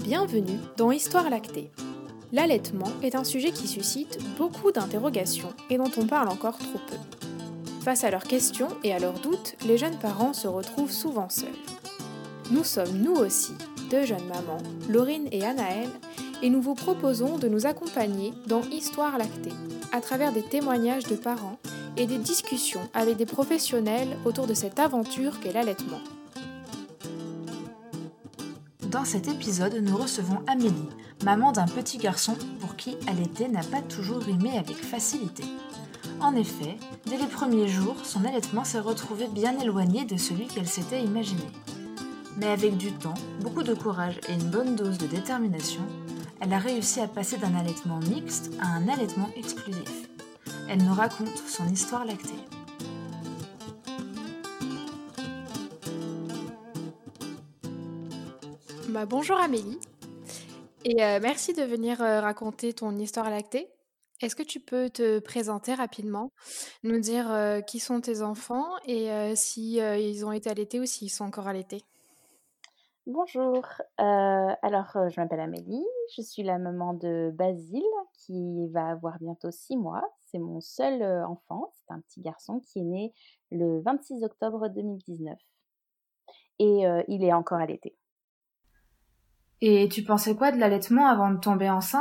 Bienvenue dans Histoire lactée. L'allaitement est un sujet qui suscite beaucoup d'interrogations et dont on parle encore trop peu. Face à leurs questions et à leurs doutes, les jeunes parents se retrouvent souvent seuls. Nous sommes nous aussi deux jeunes mamans, Laurine et Anaëlle, et nous vous proposons de nous accompagner dans Histoire lactée, à travers des témoignages de parents et des discussions avec des professionnels autour de cette aventure qu'est l'allaitement. Dans cet épisode, nous recevons Amélie, maman d'un petit garçon pour qui allaiter n'a pas toujours rimé avec facilité. En effet, dès les premiers jours, son allaitement s'est retrouvé bien éloigné de celui qu'elle s'était imaginé. Mais avec du temps, beaucoup de courage et une bonne dose de détermination, elle a réussi à passer d'un allaitement mixte à un allaitement exclusif. Elle nous raconte son histoire lactée. Bonjour Amélie, et merci de venir raconter ton histoire lactée. Est-ce que tu peux te présenter rapidement, nous dire qui sont tes enfants et si ils ont été allaités ou s'ils sont encore allaités? Bonjour, je m'appelle Amélie, je suis la maman de Basile qui va avoir bientôt 6 mois. C'est mon seul, enfant, c'est un petit garçon qui est né le 26 octobre 2019 et il est encore allaité. Et tu pensais quoi de l'allaitement avant de tomber enceinte ?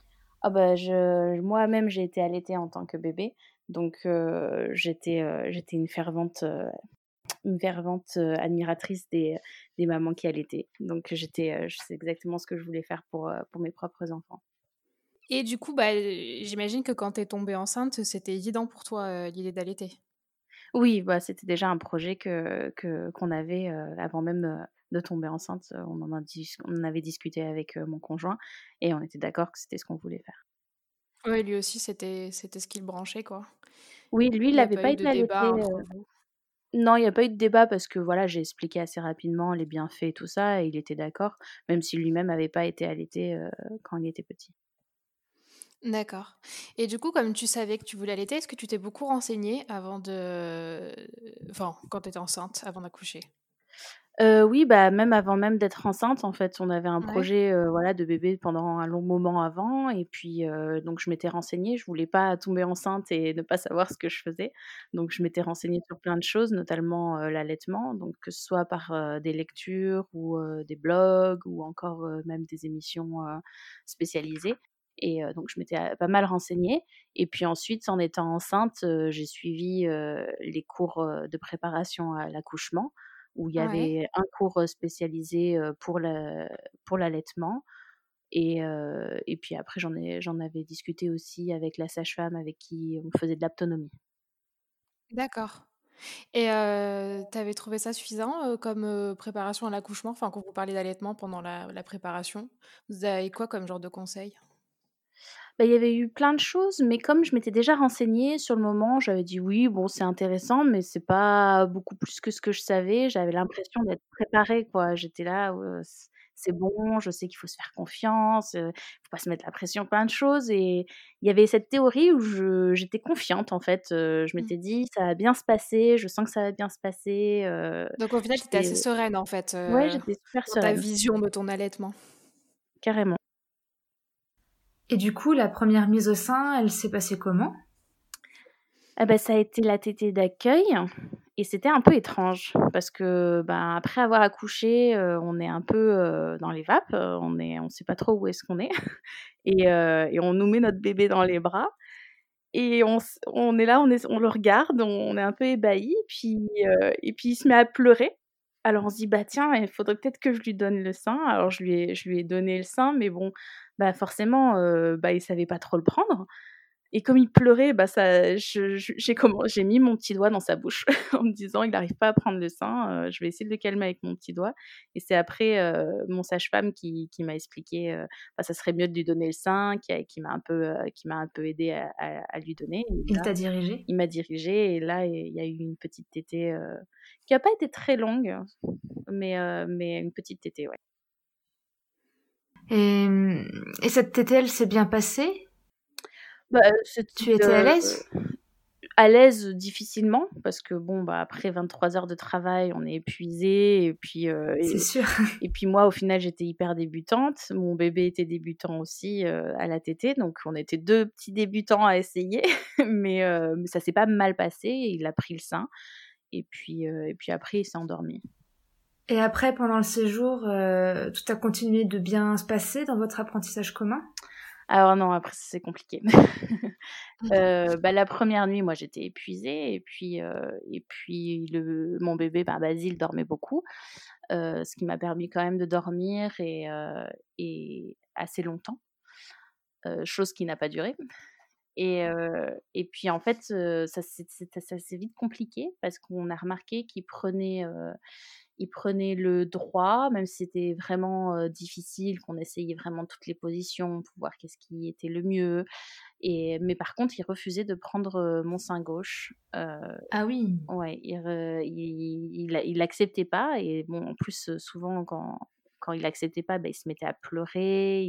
Moi-même j'ai été allaitée en tant que bébé, donc j'étais une fervente, admiratrice des mamans qui allaitaient. Donc je sais exactement ce que je voulais faire pour mes propres enfants. Et du coup, j'imagine que quand t'es tombée enceinte, c'était évident pour toi l'idée d'allaiter. Oui, c'était déjà un projet qu'on avait, avant même, de tomber enceinte. On en avait discuté avec, mon conjoint et on était d'accord que c'était ce qu'on voulait faire. Ouais, lui aussi, c'était ce qui le branchait, quoi. Oui, lui, Il il n'y a n'avait pas pas eu de été débat allaité, entre vous. non, il n'y a pas eu de débat parce que voilà, j'ai expliqué assez rapidement les bienfaits et tout ça et il était d'accord, même si lui-même n'avait pas été allaité, quand il était petit. D'accord. Et du coup, comme tu savais que tu voulais allaiter, est-ce que tu t'es beaucoup renseignée avant de... Enfin, quand tu étais enceinte, avant d'accoucher? Oui, même avant même d'être enceinte, en fait, on avait un Ouais. projet, voilà, de bébé pendant un long moment avant et puis, donc je m'étais renseignée. Je voulais pas tomber enceinte et ne pas savoir ce que je faisais. Donc je m'étais renseignée sur plein de choses, notamment, l'allaitement, donc que ce soit par, des lectures ou, des blogs ou encore, même des émissions, spécialisées et donc je m'étais, pas mal renseignée et puis ensuite, en étant enceinte, j'ai suivi, les cours, de préparation à l'accouchement où il y Ouais. avait un cours, spécialisé, pour l'allaitement et puis après j'en avais discuté aussi avec la sage-femme avec qui on faisait de l'aptonomie. D'accord. Et tu trouvé ça suffisant, comme, préparation à l'accouchement? Enfin, quand vous parlez d'allaitement pendant la préparation, vous avez quoi comme genre de conseils? Il y avait eu plein de choses, mais comme je m'étais déjà renseignée sur le moment, j'avais dit: «Oui, bon, c'est intéressant, mais c'est pas beaucoup plus que ce que je savais». J'avais l'impression d'être préparée, quoi. J'étais là: c'est bon, je sais qu'il faut se faire confiance, faut pas se mettre la pression», plein de choses et il y avait cette théorie où j'étais confiante, en fait, je Mmh. m'étais dit: «Ça va bien se passer, je sens que ça va bien se passer», Donc au final, tu étais j'étais assez sereine, en fait, ouais, j'étais super dans ta sereine, vision de ton allaitement? carrément. Et du coup, la première mise au sein, elle s'est passée comment ? Ah ça a été la tétée d'accueil et c'était un peu étrange parce que, après avoir accouché, on est un peu, dans les vapes, on sait pas trop où est-ce qu'on est et on nous met notre bébé dans les bras et on est là, on le regarde, on est un peu ébahis et puis il se met à pleurer. Alors on se dit: «Bah tiens, il faudrait peut-être que je lui donne le sein». Alors je lui ai donné le sein mais bon, forcément, il savait pas trop le prendre. Et comme il pleurait, ça j'ai mis mon petit doigt dans sa bouche en me disant: «Il n'arrive pas à prendre le sein, je vais essayer de le calmer avec mon petit doigt» et c'est après, mon sage-femme qui m'a expliqué, ça serait mieux de lui donner le sein, qui m'a un peu aidée à lui donner et Il là, t'a dirigée ? il m'a dirigée et là, il y a eu une petite tétée, qui a pas été très longue, mais une petite tétée, ouais. Et cette tétée, elle s'est bien passée ? C'était, Tu étais à l'aise ? à l'aise difficilement parce que bon, bah, après 23 heures de travail, on est épuisé et puis, C'est sûr. et puis moi, au final, j'étais hyper débutante. Mon bébé était débutant aussi, à la tétée, donc on était 2 petits débutants à essayer, mais ça s'est pas mal passé. Il a pris le sein et puis après il s'est endormi. Et après, pendant le séjour, tout a continué de bien se passer dans votre apprentissage commun? Alors non, après c'est compliqué. Bah, la première nuit, moi, j'étais épuisée et puis mon bébé, bah, Basile dormait beaucoup, ce qui m'a permis quand même de dormir et assez longtemps, chose qui n'a pas duré et puis en fait, ça s'est vite compliqué parce qu'on a remarqué il prenait le droit, même si c'était vraiment, difficile, qu'on essayait vraiment toutes les positions pour voir qu'est-ce qui était le mieux mais par contre, il refusait de prendre, mon sein gauche, Ah oui. ouais, il acceptait pas et bon, en plus, souvent quand il acceptait pas, bah, il se mettait à pleurer,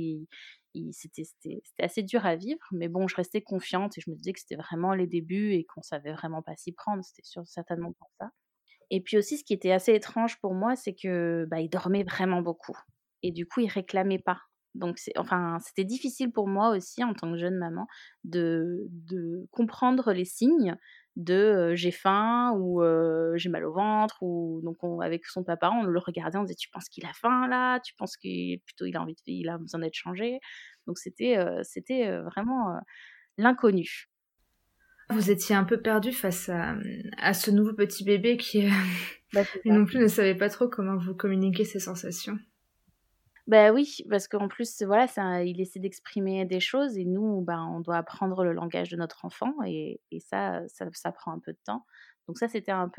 c'était assez dur à vivre, mais bon, je restais confiante et je me disais que c'était vraiment les débuts et qu'on savait vraiment pas s'y prendre, c'était certainement pour ça. Et puis aussi, ce qui était assez étrange pour moi, c'est que, bah, il dormait vraiment beaucoup et du coup, il réclamait pas. Donc c'était difficile pour moi aussi, en tant que jeune maman, de comprendre les signes de, j'ai faim ou, j'ai mal au ventre ou donc avec son papa, on le regardait, on disait: «Tu penses qu'il a faim là? Tu penses qu'il plutôt il a besoin d'être changé?» Donc c'était vraiment, l'inconnu. Vous étiez un peu perdue face à ce nouveau petit bébé qui, Bah, c'est lui ça. non plus ne savait pas trop comment vous communiquer ses sensations. Bah, oui, parce qu'en plus, voilà, il essaie d'exprimer des choses et nous, ben, on doit apprendre le langage de notre enfant et ça prend un peu de temps. Donc ça,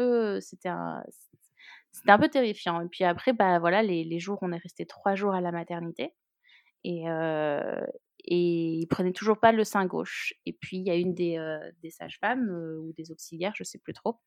c'était un peu terrifiant et puis après, bah, voilà, les jours on est resté 3 jours à la maternité et heu et il prenait toujours pas le sein gauche et puis il y a une des sages-femmes, ou des auxiliaires, je sais plus trop,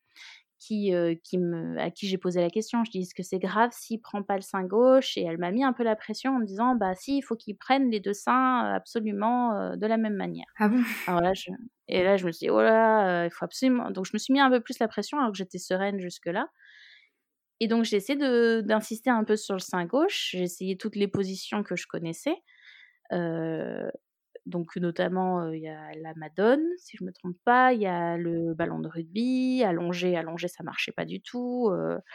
à qui j'ai posé la question. Je dis: «Est-ce que c'est grave s'il prend pas le sein gauche?» Et elle m'a mis un peu la pression en me disant: «Bah si, il faut qu'il prenne les 2 seins, absolument, de la même manière». Ah bon? Alors là, je me suis dit: «Oh là là, il faut absolument», donc je me suis mis un peu plus la pression alors que j'étais sereine jusque-là et donc j'ai essayé d'insister un peu sur le sein gauche. J'ai essayé toutes les positions que je connaissais, heu donc notamment, il y a la madone, si je me trompe pas, il y a le ballon de rugby, allongé ça marchait pas du tout,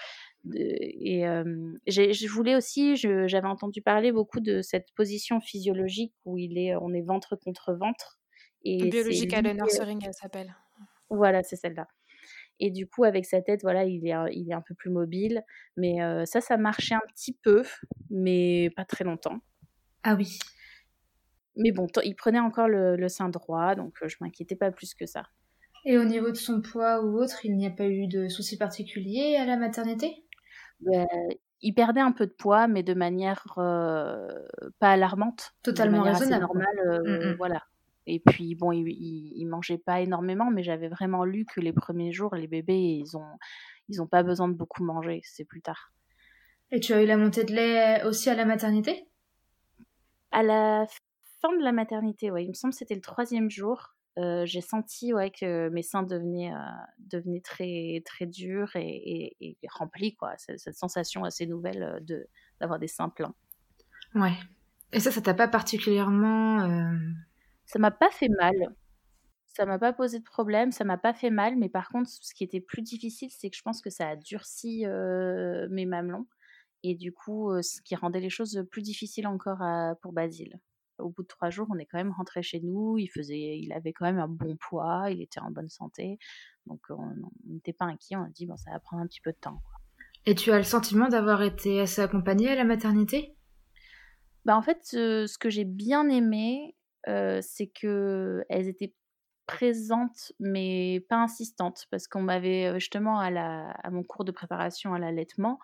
je voulais aussi j'avais entendu parler beaucoup de cette position physiologique où on est ventre contre ventre et c'est Biological lié, nurturing, elle s'appelle. voilà, c'est celle-là et du coup avec sa tête, voilà, il est un peu plus mobile, mais ça marchait un petit peu, mais pas très longtemps. Ah oui. Mais bon, il prenait encore le sein droit, donc je m'inquiétais pas plus que ça. Et au niveau de son poids ou autre, il n'y a pas eu de soucis particuliers à la maternité? Bah, il perdait un peu de poids, mais de manière, pas alarmante, de Totalement manière assez raisonnable, quoi. normale, Mmh mh. voilà et puis bon, il mangeait pas énormément, mais j'avais vraiment lu que les premiers jours, les bébés, ils ont pas besoin de beaucoup manger, c'est plus tard. Et tu as eu la montée de lait aussi à la maternité? À la fin de la maternité, ouais, il me semble que c'était le 3e jour, j'ai senti, ouais, que mes seins devenaient très, très durs et remplis, quoi. Cette sensation assez nouvelle, d'avoir des seins pleins. Ouais. Et ça t'a pas particulièrement, Ça m'a pas fait mal, ça m'a pas posé de problème, ça m'a pas fait mal, mais par contre, ce qui était plus difficile, c'est que je pense que ça a durci, mes mamelons et du coup, ce qui rendait les choses, plus difficiles encore pour Basile. Au bout de 3 jours, on est quand même rentrés chez nous, il avait quand même un bon poids, il était en bonne santé, donc on n'était pas inquiets, on a dit: «Bon, ça va prendre un petit peu de temps». et tu as le sentiment d'avoir été assez accompagnée à la maternité? Bah, en fait, ce que j'ai bien aimé, c'est qu'elles étaient présentes, mais pas insistantes. Parce qu'on m'avait, justement à mon cours de préparation à l'allaitement,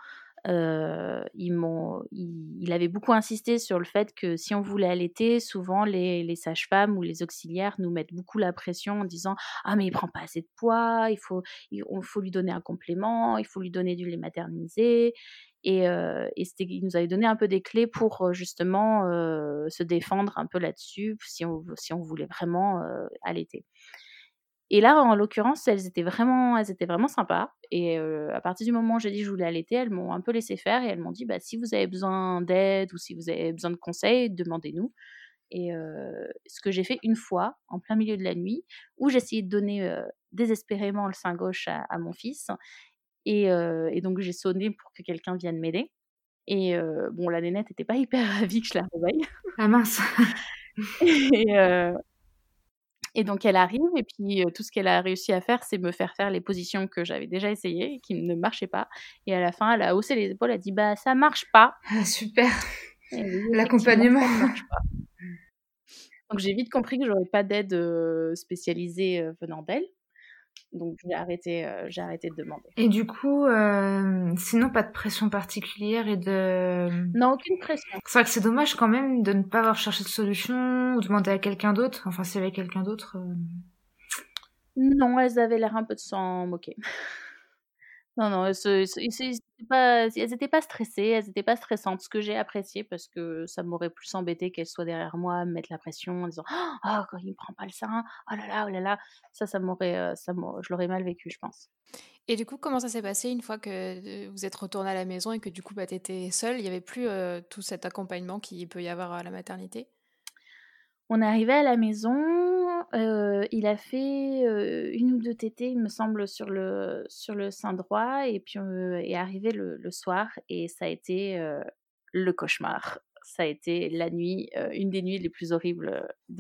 il avait beaucoup insisté sur le fait que si on voulait allaiter, souvent les sages-femmes ou les auxiliaires nous mettent beaucoup la pression en disant: «Ah mais il prend pas assez de poids, il faut lui donner un complément, il faut lui donner du lait maternisé». Et il nous avait donné un peu des clés pour, justement, se défendre un peu là-dessus, si on voulait vraiment, allaiter. Et là, en l'occurrence, elles étaient vraiment sympas et à partir du moment où j'ai dit que je voulais allaiter, elles m'ont un peu laissé faire et elles m'ont dit: «Bah, si vous avez besoin d'aide ou si vous avez besoin de conseils, demandez-nous». Et ce que j'ai fait une fois, en plein milieu de la nuit, où j'essayais de donner, désespérément le sein gauche à mon fils et donc j'ai sonné pour que quelqu'un vienne m'aider et bon, la nénette était pas hyper ravie que je la réveille Ah mince. et heu et donc elle arrive et puis, tout ce qu'elle a réussi à faire, c'est me faire faire les positions que j'avais déjà essayées et qui ne marchaient pas et à la fin, elle a haussé les épaules, elle a dit: «Bah, ça marche pas» Ah super, et oui, effectivement, l'accompagnement. ça ne marche pas. Donc j'ai vite compris que j'aurais pas d'aide, spécialisée, venant d'elle. Donc j'ai arrêté de demander. Et du coup, sinon pas de pression particulière et de Non, aucune pression. c'est vrai que c'est dommage quand même de ne pas avoir cherché de solution ou demander à quelqu'un d'autre. Enfin, s'il y avait quelqu'un d'autre, Non, elles avaient l'air un peu de s'en moquer. Non, non, elles étaient pas stressées, elles étaient pas stressantes, ce que j'ai apprécié parce que ça m'aurait plus embêté qu'elles soient derrière moi, me mettre la pression en disant: «Oh, quand il me prend pas le sein, oh là là, oh là là». Je l'aurais mal vécu, je pense. Et du coup, comment ça s'est passé une fois que vous êtes retournée à la maison et que du coup, bah, tu étais seule? Il y avait plus tout cet accompagnement qu'il peut y avoir à la maternité? On est arrivé à la maison, il a fait, 1 ou 2 tétées, il me semble, sur le sein droit et puis, est arrivé le soir et ça a été, le cauchemar. Ça a été la nuit, une des nuits les plus horribles,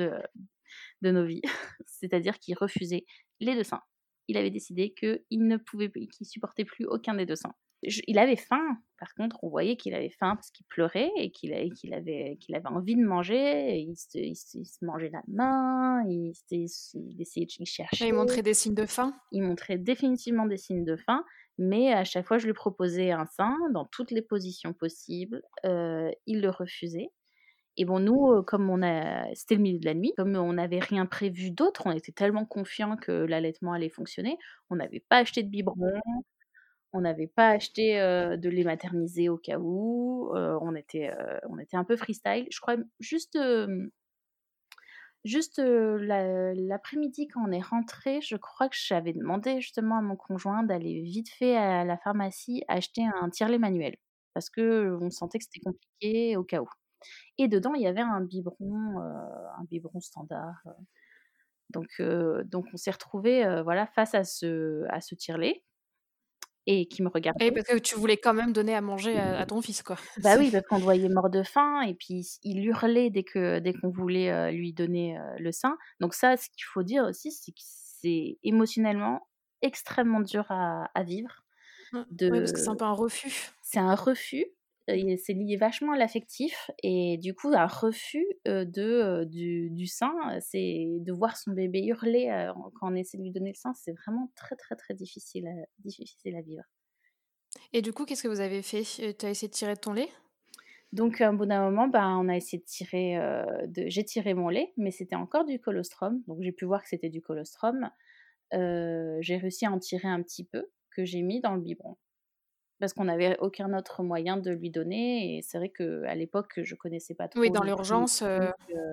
de nos vies. C'est-à-dire qu'il refusait les 2 seins. Il avait décidé qu'il supportait plus aucun des 2 seins. Il avait faim, par contre, on voyait qu'il avait faim parce qu'il pleurait et qu'il avait envie de manger et il se mangeait la main, il Et cherchait. il montrait des signes de faim? Il montrait définitivement des signes de faim, mais à chaque fois, je lui proposais un sein dans toutes les positions possibles, il le refusait et bon, nous, c'était le milieu de la nuit, comme on n'avait rien prévu d'autre, on était tellement confiants que l'allaitement allait fonctionner, on n'avait pas acheté de biberon, on n'avait pas acheté, de lait maternisé au cas où, on était un peu freestyle. Je crois juste, l'après-midi quand on est rentrés, je crois que j'avais demandé justement à mon conjoint d'aller vite fait à la pharmacie acheter un tire-lait manuel parce qu'on sentait que c'était compliqué au cas où. Et dedans, il y avait un biberon standard, donc on s'est retrouvés, voilà, face à ce tire-lait et qui me Et regardait. parce que tu voulais quand même donner à manger à ton fils, quoi. Bah C'est oui, parce qu'on le voyait mort de faim et puis il hurlait dès qu'on voulait, lui donner, le sein. Donc ça, ce qu'il faut dire aussi, c'est que c'est émotionnellement extrêmement dur à vivre ouais, parce que c'est un de peu un refus. c'est un refus, et c'est lié vachement à l'affectif et du coup un refus, du sein, c'est de voir son bébé hurler, quand on essaie de lui donner le sein, c'est vraiment très, très, très difficile à vivre. Et du coup, qu'est-ce que vous avez fait? Tu as essayé de tirer de ton lait? Donc au bout d'un moment, ben, on a essayé de tirer, j'ai tiré mon lait, mais c'était encore du colostrum, donc j'ai pu voir que c'était du colostrum. J'ai réussi à en tirer un petit peu, que j'ai mis dans le biberon. Parce qu'on n'avait aucun autre moyen de lui donner et c'est vrai qu'à l'époque, je connaissais pas Oui, trop dans les premiers l'urgence, trucs,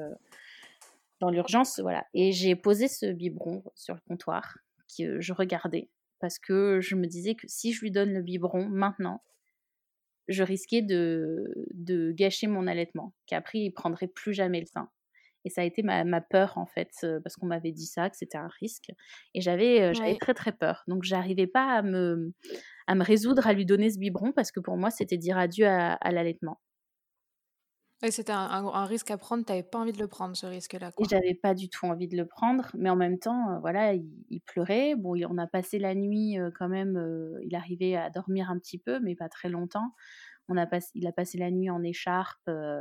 dans l'urgence, voilà et j'ai posé ce biberon sur le comptoir que je regardais parce que je me disais que si je lui donne le biberon maintenant, je risquais de gâcher mon allaitement, qu'après il prendrait plus jamais le sein et ça a été ma peur en fait, parce qu'on m'avait dit ça, que c'était un risque et j'avais ouais. très, très peur. Donc j'arrivais pas à me résoudre à lui donner ce biberon parce que pour moi, c'était dire adieu à l'allaitement Ouais, c'était un risque à prendre, tu avais pas envie de le prendre, ce risque-là, et quoi. j'avais pas du tout envie de le prendre, mais en même temps, voilà, il pleurait. Bon, on a passé la nuit, quand même, il arrivait à dormir un petit peu, mais pas très longtemps. Il a passé la nuit en écharpe,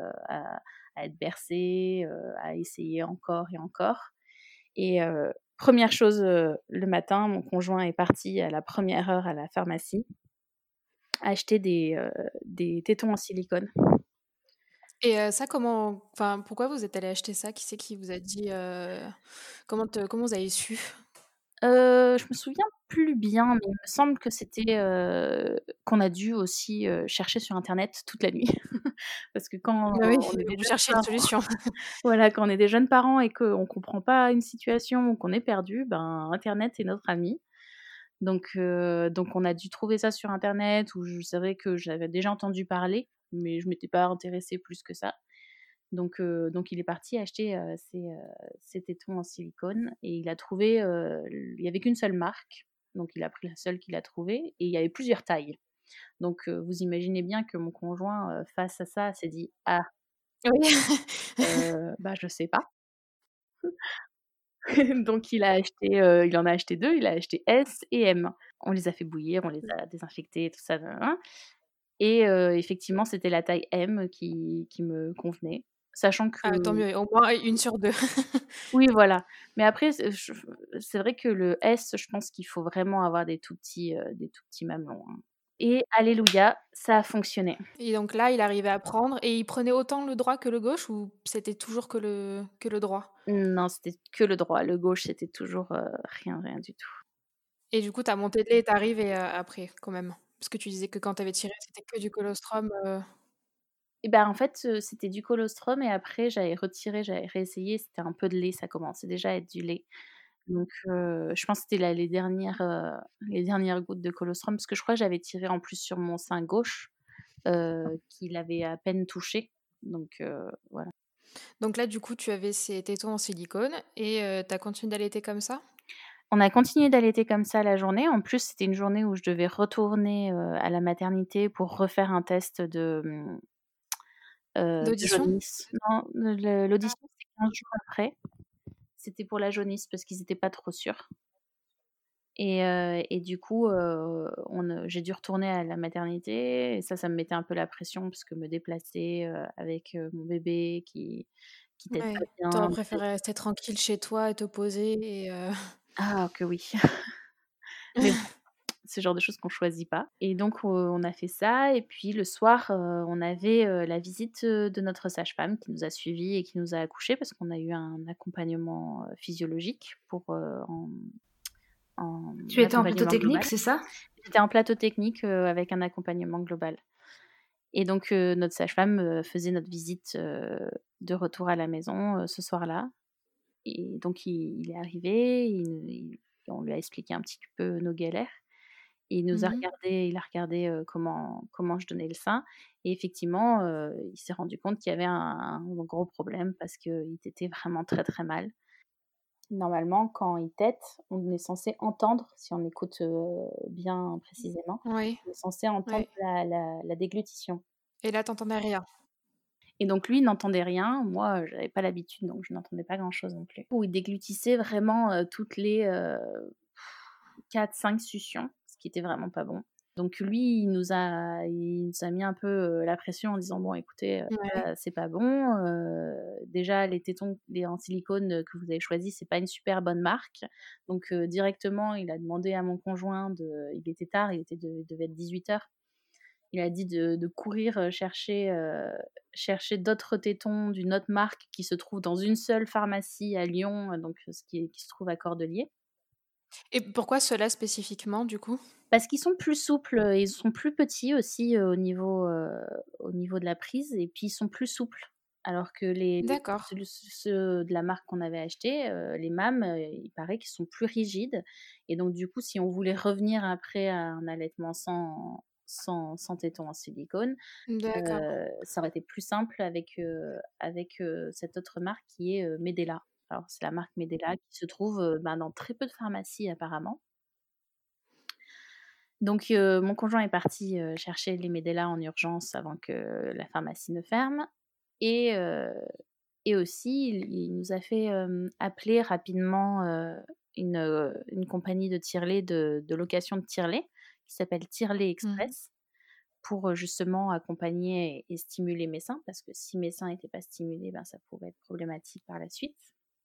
à être bercé, à essayer encore et encore et 1 chose, le matin, mon conjoint est parti à la première heure à la pharmacie acheter des tétons en silicone. Et ça, pourquoi vous êtes allés acheter ça? Qui c'est qui vous a dit, comment vous avez su? Je me souviens plus bien, mais il me semble que c'était, qu'on a dû aussi, chercher sur internet toute la nuit. Parce que quand Ah oui, on est des vous jeunes cherchiez une parents solution. voilà, quand on est des jeunes parents et qu'on comprend pas une situation ou qu'on est perdu, ben, internet est notre ami. Donc on a dû trouver ça sur internet ou c'est vrai que j'avais déjà entendu parler, mais je m'étais pas intéressée plus que ça. Donc il est parti acheter, ses tétons en silicone et il a trouvé, il y avait qu'une seule marque, donc il a pris la seule qu'il a trouvée et il y avait plusieurs tailles. Vous imaginez bien que mon conjoint, face à ça, s'est dit: «Ah, Oui. bah, je sais pas». Donc il en a acheté 2, il a acheté S et M. On les a fait bouillir, on les a désinfectés, tout ça, nin nin et effectivement, c'était la taille M qui me convenait, sachant que Ah, tant mieux, au moins 1 sur 2. oui, voilà. Mais après, c'est vrai que le S, je pense qu'il faut vraiment avoir des tout petits mamelons, hein et alléluia, ça a fonctionné. Et donc là, il arrivait à prendre et il prenait autant le droit que le gauche ou c'était toujours que le droit? Non, c'était que le droit. Le gauche, c'était toujours, rien, rien du tout. Et du coup, tu as monté le lait et tu arrivé, après quand même? Parce que tu disais que quand tu avais tiré, c'était que du colostrum, Et ben, en fait, c'était du colostrum et après j'avais retiré, j'avais réessayé, c'était un peu de lait, ça commençait déjà à être du lait. Je pense que c'était les dernières gouttes de colostrum parce que je crois que j'avais tiré en plus sur mon sein gauche, qu'il avait à peine touché. Voilà. donc là, du coup, tu avais ces tétons en silicone et tu as continué d'allaiter comme ça? On a continué d'allaiter comme ça la journée. En plus, c'était une journée où je devais retourner, à la maternité pour refaire un test de D'audition? jaunisse. Non, l'audition, c'était 15 jours après. C'était pour la jaunisse parce qu'ils étaient pas trop sûrs et du coup, j'ai dû retourner à la maternité et ça me mettait un peu la pression parce que me déplacer, avec, mon bébé qui tète pas Ouais, tu bien. aurais préféré rester tranquille chez toi et te poser et Ah que oui! Mais bon, c'est le genre de choses qu'on choisit pas et donc on a fait ça et puis le soir, on avait, la visite, de notre sage-femme qui nous a suivis et qui nous a accouchés parce qu'on a eu un accompagnement, physiologique en Tu étais en plateau accompagnement global. technique, c'est ça? C'était un plateau technique, avec un accompagnement global et notre sage-femme, faisait notre visite, de retour à la maison, ce soir-là et donc il est arrivé, on lui a expliqué un petit peu nos galères et Mmh. il a regardé, comment je donnais le sein et effectivement, il s'est rendu compte qu'il y avait un gros problème parce qu'il tétait vraiment très, très mal. Normalement, quand il tète, on est censé entendre, si on écoute, bien précisément, Oui, on est censé entendre oui la déglutition et là, tu entendais rien? et donc lui, il n'entendait rien. Moi, j'avais pas l'habitude, donc je n'entendais pas grand-chose non plus. Où il déglutissait vraiment, toutes les, 4-5 suctions, ce qui était vraiment pas bon. Donc lui, il nous a mis un peu, la pression en disant: «Bon écoutez, Ouais. là, c'est pas bon, déjà les tétons les en silicone, que vous avez choisis, c'est pas une super bonne marque». Directement, il a demandé à mon conjoint il était tard, il devait être 18h. Il a dit de courir, chercher d'autres tétons d'une autre marque qui se trouve dans une seule pharmacie à Lyon, qui se trouve à Cordeliers. Et pourquoi ceux-là spécifiquement, du coup? Parce qu'ils sont plus souples, ils sont plus petits aussi, au niveau de la prise et puis ils sont plus souples. Alors que D'accord. ceux de la marque qu'on avait acheté, les MAM, il paraît qu'ils sont plus rigides et donc du coup, si on voulait revenir après à un allaitement sans tétons en silicone, D'accord. ça aurait été plus simple avec, cette autre marque qui est, Medela. Alors c'est la marque Medela qui se trouve, dans très peu de pharmacies apparemment. Mon conjoint est parti, chercher les Medela en urgence avant que la pharmacie ne ferme et et aussi il nous a fait, appeler rapidement, une compagnie de tire-lait de location de tire-lait qui s'appelle Tire-lait Mmh. Express pour, justement accompagner et stimuler mes seins parce que si mes seins n'étaient pas stimulés, ben, ça pouvait être problématique par la suite.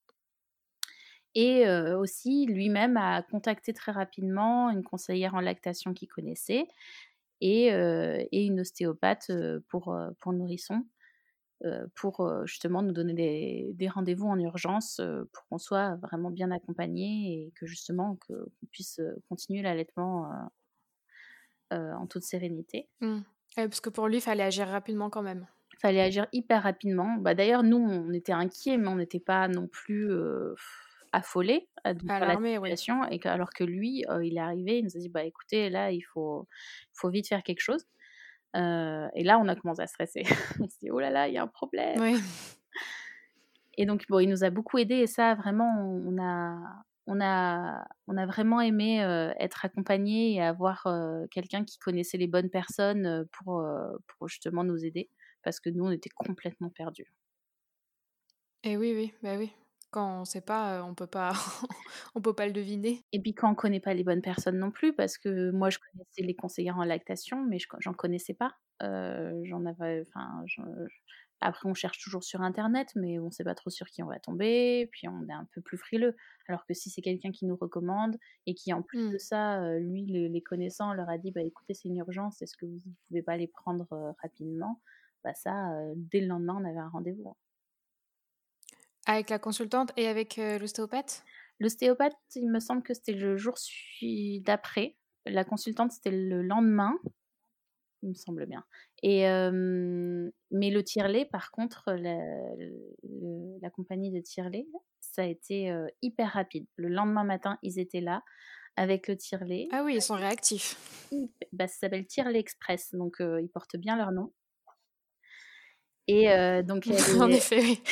Et aussi lui-même a contacté très rapidement une conseillère en lactation qu'il connaissait et une ostéopathe, pour nourrissons pour, justement nous donner des rendez-vous en urgence, pour qu'on soit vraiment bien accompagnés et que justement qu'on puisse, continuer l'allaitement, en toute sérénité. Mmh. Parce que pour lui, il fallait agir rapidement quand même. Fallait agir hyper rapidement. Bah, d'ailleurs, nous, on était inquiets, mais on n'était pas non plus, affolés, de par la Alarmé, oui. situation alors que lui, il est arrivé, il nous a dit: «Bah, écoutez, là, il faut vite faire quelque chose». Et là, on a commencé à stresser. On s'est dit: «Oh là là, il y a un problème». Oui. Et donc bon, il nous a beaucoup aidés et ça vraiment on a vraiment aimé, être accompagnés et avoir, quelqu'un qui connaissait les bonnes personnes, pour justement nous aider. Parce que nous, on était complètement perdus. Et oui, oui, bah, oui. Quand on sait pas, on peut pas on peut pas le deviner. Et puis quand on connaît pas les bonnes personnes non plus, parce que moi je connaissais les conseillères en lactation, mais j'en connaissais pas. J'en avais enfin, après on cherche toujours sur internet, mais on sait pas trop sur qui on va tomber, puis on est un peu plus frileux. Alors que si c'est quelqu'un qui nous recommande et qui en plus Mmh. de ça, lui les connaissant leur a dit: «Bah écoutez, c'est une urgence, est-ce que vous pouvez pas les prendre, rapidement?» Bah ça, dès le lendemain, on avait un rendez-vous, hein. Avec la consultante et avec, l'ostéopathe? L'ostéopathe, il me semble que c'était le jour d'après. La consultante, c'était le lendemain, il me semble bien. Mais le tirelet, par contre, la compagnie de tirelet, ça a été, hyper rapide. Le lendemain matin, ils étaient là avec le tirelet. Ah oui, ils sont réactifs. Bah, ça s'appelle Tirelet Express, donc ils portent bien leur nom. Donc En effet, oui.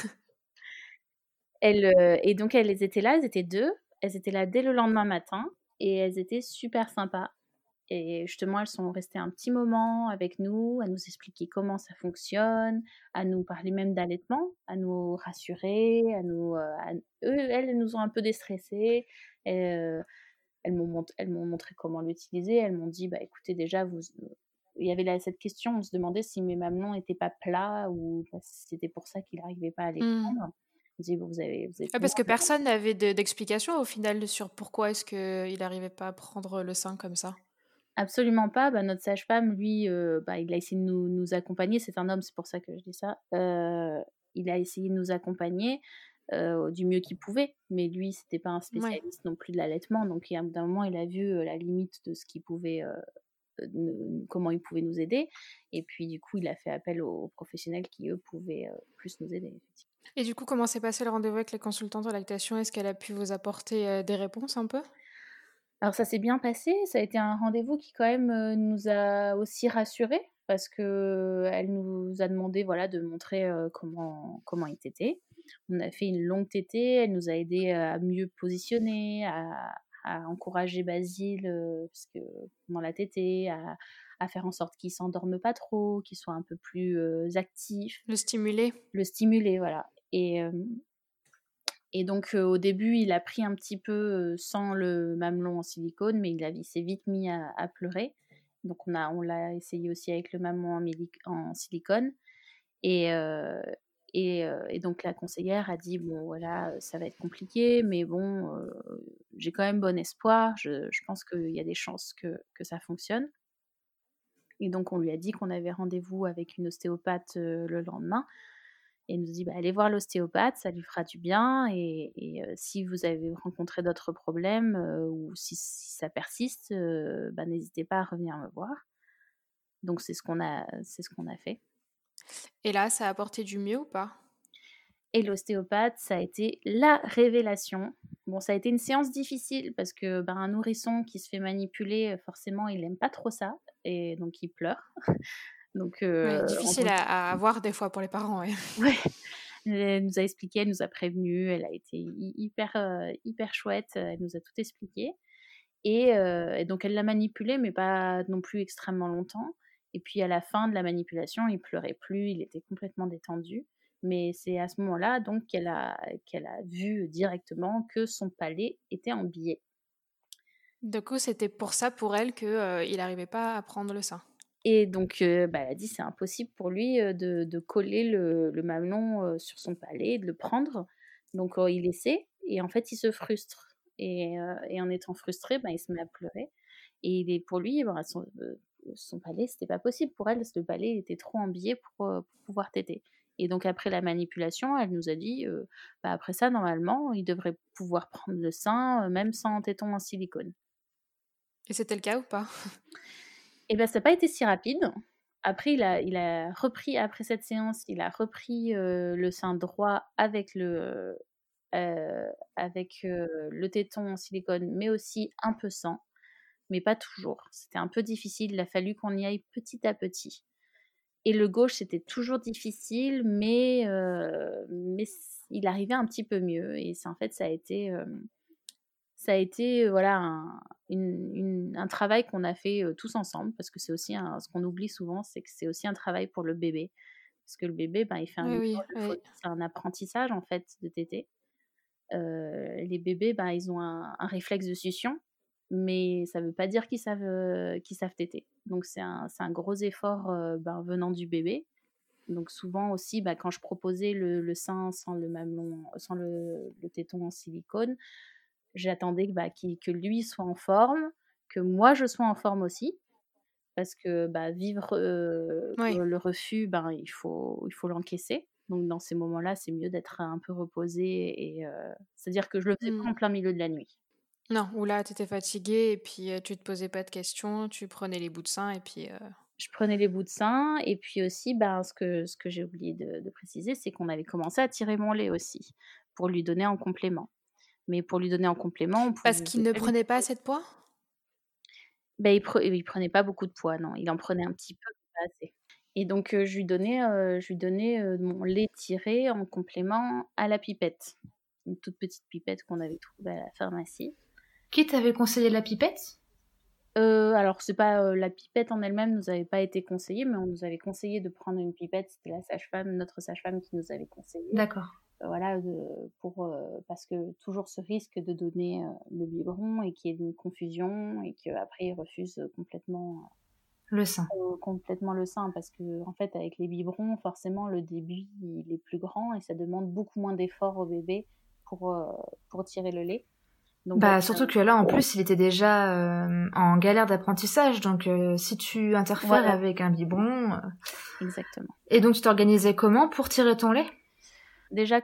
elles étaient là, elles étaient 2. Elles étaient là dès le lendemain matin et elles étaient super sympas. Et justement, elles sont restées un petit moment avec nous, à nous expliquer comment ça fonctionne, à nous parler même d'allaitement, à nous rassurer, elles nous ont un peu déstressés. Et, elles m'ont montré comment l'utiliser. Elles m'ont dit: «Bah, écoutez, déjà, il y avait cette question, on se demandait si mes mamelons n'étaient pas plats ou si c'était pour ça qu'il n'arrivait pas à les Mmh. prendre. On dit: «Vous avez Ah, tellement parce que de». personne n'avait d'explication au final sur pourquoi est-ce qu'il arrivait pas à prendre le sein comme ça? Absolument pas. Bah, notre sage-femme, lui, bah, il a essayé de nous accompagner. C'est un homme, c'est pour ça que je dis ça. Il a essayé de nous accompagner, du mieux qu'il pouvait, mais lui, c'était pas un Ouais. spécialiste non plus de l'allaitement, donc à bout d'un moment, il a vu, la limite de ce qu'il pouvait, comment il pouvait nous aider et puis du coup, il a fait appel aux professionnels qui, eux, pouvaient, plus nous aider, effectivement. Et du coup, comment s'est passé le rendez-vous avec la consultante en lactation? Est-ce qu'elle a pu vous apporter, des réponses un peu? Alors ça s'est bien passé, ça a été un rendez-vous qui quand même, nous a aussi rassurés parce qu'elle nous a demandé, voilà, de montrer, comment il tétait. On a fait une longue tétée, elle nous a aidés à mieux positionner, à encourager Basile, parce que pendant la tétée, à faire en sorte qu'il s'endorme pas trop, qu'il soit un peu plus, actif, Le stimuler? le stimuler, voilà. Et donc, au début, il a pris un petit peu, sans le mamelon en silicone, mais il s'est vite mis à pleurer. Donc on l'a essayé aussi avec le mamelon en silicone et donc la conseillère a dit: «Bon voilà, ça va être compliqué, mais bon, j'ai quand même bon espoir. Je pense qu'il y a des chances que ça fonctionne». Et donc on lui a dit qu'on avait rendez-vous avec une ostéopathe, le lendemain et elle nous dit: «Bah, allez voir l'ostéopathe, ça lui fera du bien si vous avez rencontré d'autres problèmes, ou si ça persiste, bah, n'hésitez pas à revenir me voir». Donc c'est ce qu'on a fait Et là, ça a apporté du mieux ou pas? et l'ostéopathe, ça a été la révélation. Bon, ça a été une séance difficile parce que, ben, un nourrisson qui se fait manipuler, forcément, il aime pas trop ça et donc il pleure. Donc Ouais, en difficile tant à avoir des fois pour les parents, ouais. Ouais, elle nous a expliqué, elle nous a prévenus, elle a été hyper chouette, elle nous a tout expliqué et donc elle l'a manipulé, mais pas non plus extrêmement longtemps et puis à la fin de la manipulation, il pleurait plus, il était complètement détendu. Mais c'est à ce moment-là donc qu'elle a vu directement que son palais était en biais. Du coup, c'était pour ça, pour elle, que, il arrivait pas à prendre le sein? Et donc, bah, elle a dit: «C'est impossible pour lui, de coller le mamelon, sur son palais, de le prendre». Donc, il essaie et en fait, il se frustre et en étant frustré, bah, il se met à pleurer et pour lui, ben, son palais, c'était pas possible pour elle, parce que le palais était trop embillé pour pouvoir téter Et donc après la manipulation, elle nous a dit, bah, après ça, normalement, il devrait pouvoir prendre le sein, même sans téton en silicone. Et c'était le cas ou pas? Et ben, ça n'a pas été si rapide. Après, il a repris après cette séance, il a repris, le sein droit avec le téton en silicone, mais aussi un peu sans, mais pas toujours. C'était un peu difficile, il a fallu qu'on y aille petit à petit. Et le gauche, c'était toujours difficile, mais il arrivait un petit peu mieux et c'est en fait, ça a été, voilà, un travail qu'on a fait, tous ensemble parce que c'est aussi ce qu'on oublie souvent, c'est que c'est aussi un travail pour le bébé. Parce que le bébé, ben, il fait un Oui, oui, effort de oui. folie, c'est un apprentissage, en fait, de téter. Les bébés, ben, ils ont un réflexe de succion, mais ça veut pas dire qu'ils savent téter. Donc c'est un gros effort, ben, venant du bébé. Donc souvent aussi, bah, quand je proposais le sein sans le mamelon, sans le téton en silicone, j'attendais que lui soit en forme, que moi je sois en forme aussi, parce que bah, vivre Oui. le refus, ben, il faut l'encaisser. Donc dans ces moments-là, c'est mieux d'être un peu reposé et c'est-à-dire que je le faisais pas Mmh. en plein milieu de la nuit. Non, ou là, tu étais fatiguée et puis, tu te posais pas de questions, tu prenais les bouts de sein et puis, Je prenais les bouts de sein et puis aussi, ben, ce que j'ai oublié de préciser, c'est qu'on avait commencé à tirer mon lait aussi, pour lui donner en complément. Mais pour lui donner en complément, on parce pouvait qu'il ne pas lui prenait pas donner. assez de poids? Ben, il prenait pas beaucoup de poids, non. Il en prenait un petit peu, mais pas assez. Et donc je lui donnais, mon lait tiré en complément à la pipette. Une toute petite pipette qu'on avait trouvée à la pharmacie. Qui t'avait conseillé la pipette? Alors c'est pas, la pipette en elle-même nous avait pas été conseillée, mais on nous avait conseillé de prendre une pipette. C'était la sage-femme, notre sage-femme qui nous avait conseillé. D'accord. Voilà, parce que toujours ce risque de donner, le biberon et qu'il y ait une confusion et qu'après ils refusent, Le sein. complètement le sein. Parce qu'en fait, avec les biberons, forcément, le débit, il est plus grand et ça demande beaucoup moins d'efforts au bébé pour tirer le lait. Donc Bah, surtout que là, en plus, il était déjà en galère d'apprentissage. Donc, si tu interfères voilà, avec un biberon. exactement. Et donc, tu t'organisais comment pour tirer ton lait? Déjà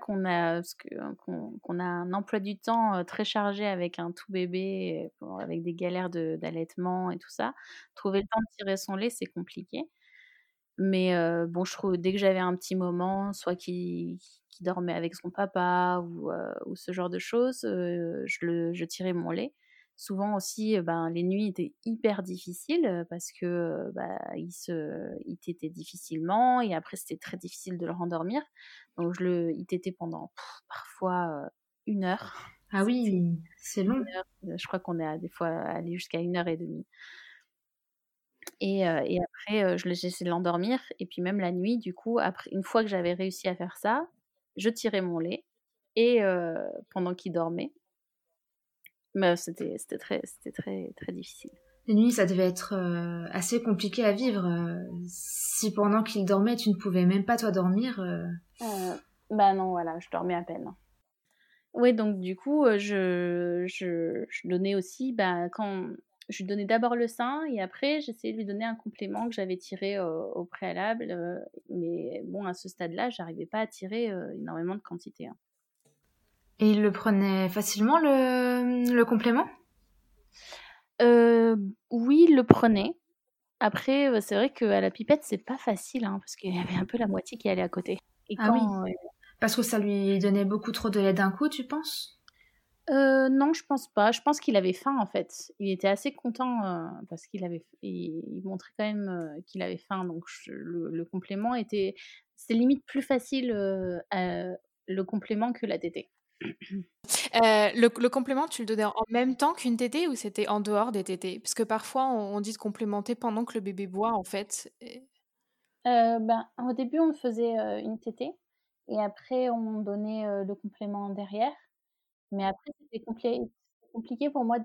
qu'on a un emploi du temps, très chargé avec un tout bébé, avec des galères d'allaitement et tout ça, trouver le temps de tirer son lait, c'est compliqué. Mais bon, je trouve dès que j'avais un petit moment, soit qu'il dormait avec son papa ou ce genre de choses, je tirais mon lait. Souvent aussi, ben, les nuits étaient hyper difficiles, parce que, bah, il tétait difficilement et après c'était très difficile de le rendormir. Donc il tétait pendant parfois, 1 heure. Ah C'était oui, c'est long. 1 heure, je crois qu'on est des fois allé jusqu'à 1 heure et demie. Et après, je le j'essayais de l'endormir et puis même la nuit, du coup, après une fois que j'avais réussi à faire ça, je tirais mon lait et pendant qu'il dormait, mais c'était très, très difficile. Les nuits, ça devait être assez compliqué à vivre. Si pendant qu'il dormait, tu ne pouvais même pas toi dormir. Bah, non, voilà, je dormais à peine. Oui, donc du coup, je donnais aussi, bah, quand je lui donnais d'abord le sein et après j'essayais de lui donner un complément que j'avais tiré au préalable, mais bon, à ce stade-là, j'arrivais pas à tirer, énormément de quantité, hein. Et il le prenait facilement, le complément? Oui, il le prenait. Après, c'est vrai qu'à la pipette, c'est pas facile, hein, parce qu'il y avait un peu la moitié qui allait à côté. Et Ah oui, quand, parce que ça lui donnait beaucoup trop de lait d'un coup, tu penses? non, je pense pas. Je pense qu'il avait faim, en fait. Il était assez content, parce il montrait quand même, qu'il avait faim, donc le complément c'était limite plus facile, le complément que la tétée. Le complément, tu le donnais en même temps qu'une tétée ou c'était en dehors des tétées? Parce que parfois on dit de complémenter pendant que le bébé boit en fait et Ben, au début, on faisait, une tétée et après on donnait, le complément derrière. Mais après, c'était compliqué pour moi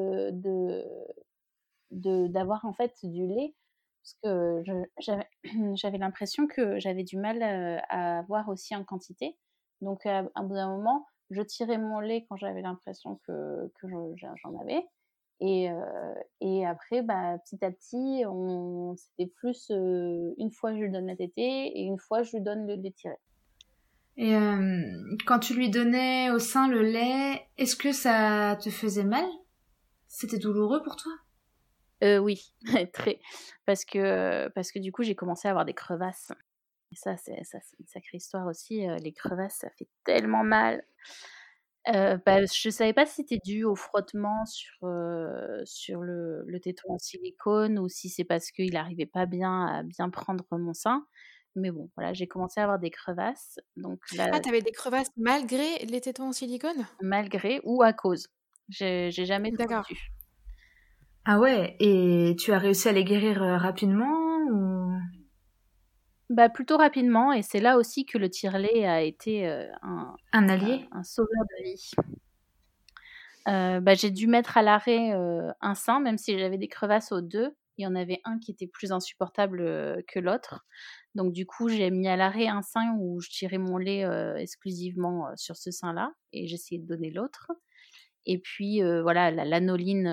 d'avoir, en fait, du lait parce que j'avais j'avais l'impression que j'avais du mal, à avoir aussi en quantité. Donc à bout d'un moment, je tirais mon lait quand j'avais l'impression que j'en avais Et après, bah, petit à petit, c'était plus, une fois je lui donne la tétée et une fois je lui donne le lait tiré. Et quand tu lui donnais au sein le lait, est-ce que ça te faisait mal? C'était douloureux pour toi? Oui, très. Parce que du coup, j'ai commencé à avoir des crevasses. Et ça, c'est une sacrée histoire aussi, les crevasses, ça fait tellement mal. Bah, je savais pas si c'était dû au frottement sur le téton en silicone ou si c'est parce qu'il arrivait pas bien à bien prendre mon sein. Mais bon, voilà, j'ai commencé à avoir des crevasses, donc là, Ah, t'avais des crevasses malgré les tétons en silicone? malgré ou à cause. J'ai jamais trop D'accord. su. Ah ouais, et tu as réussi à les guérir rapidement ou... Bah, plutôt rapidement et c'est là aussi que le tire-lait a été, Un allié? un sauveur de vie. Bah, j'ai dû mettre à l'arrêt, un sein, même si j'avais des crevasses aux 2. Il y en avait un qui était plus insupportable, que l'autre. Donc du coup, j'ai mis à l'arrêt un sein où je tirais mon lait, exclusivement, sur ce sein-là et j'essayais de donner l'autre. Et puis, voilà, la lanoline,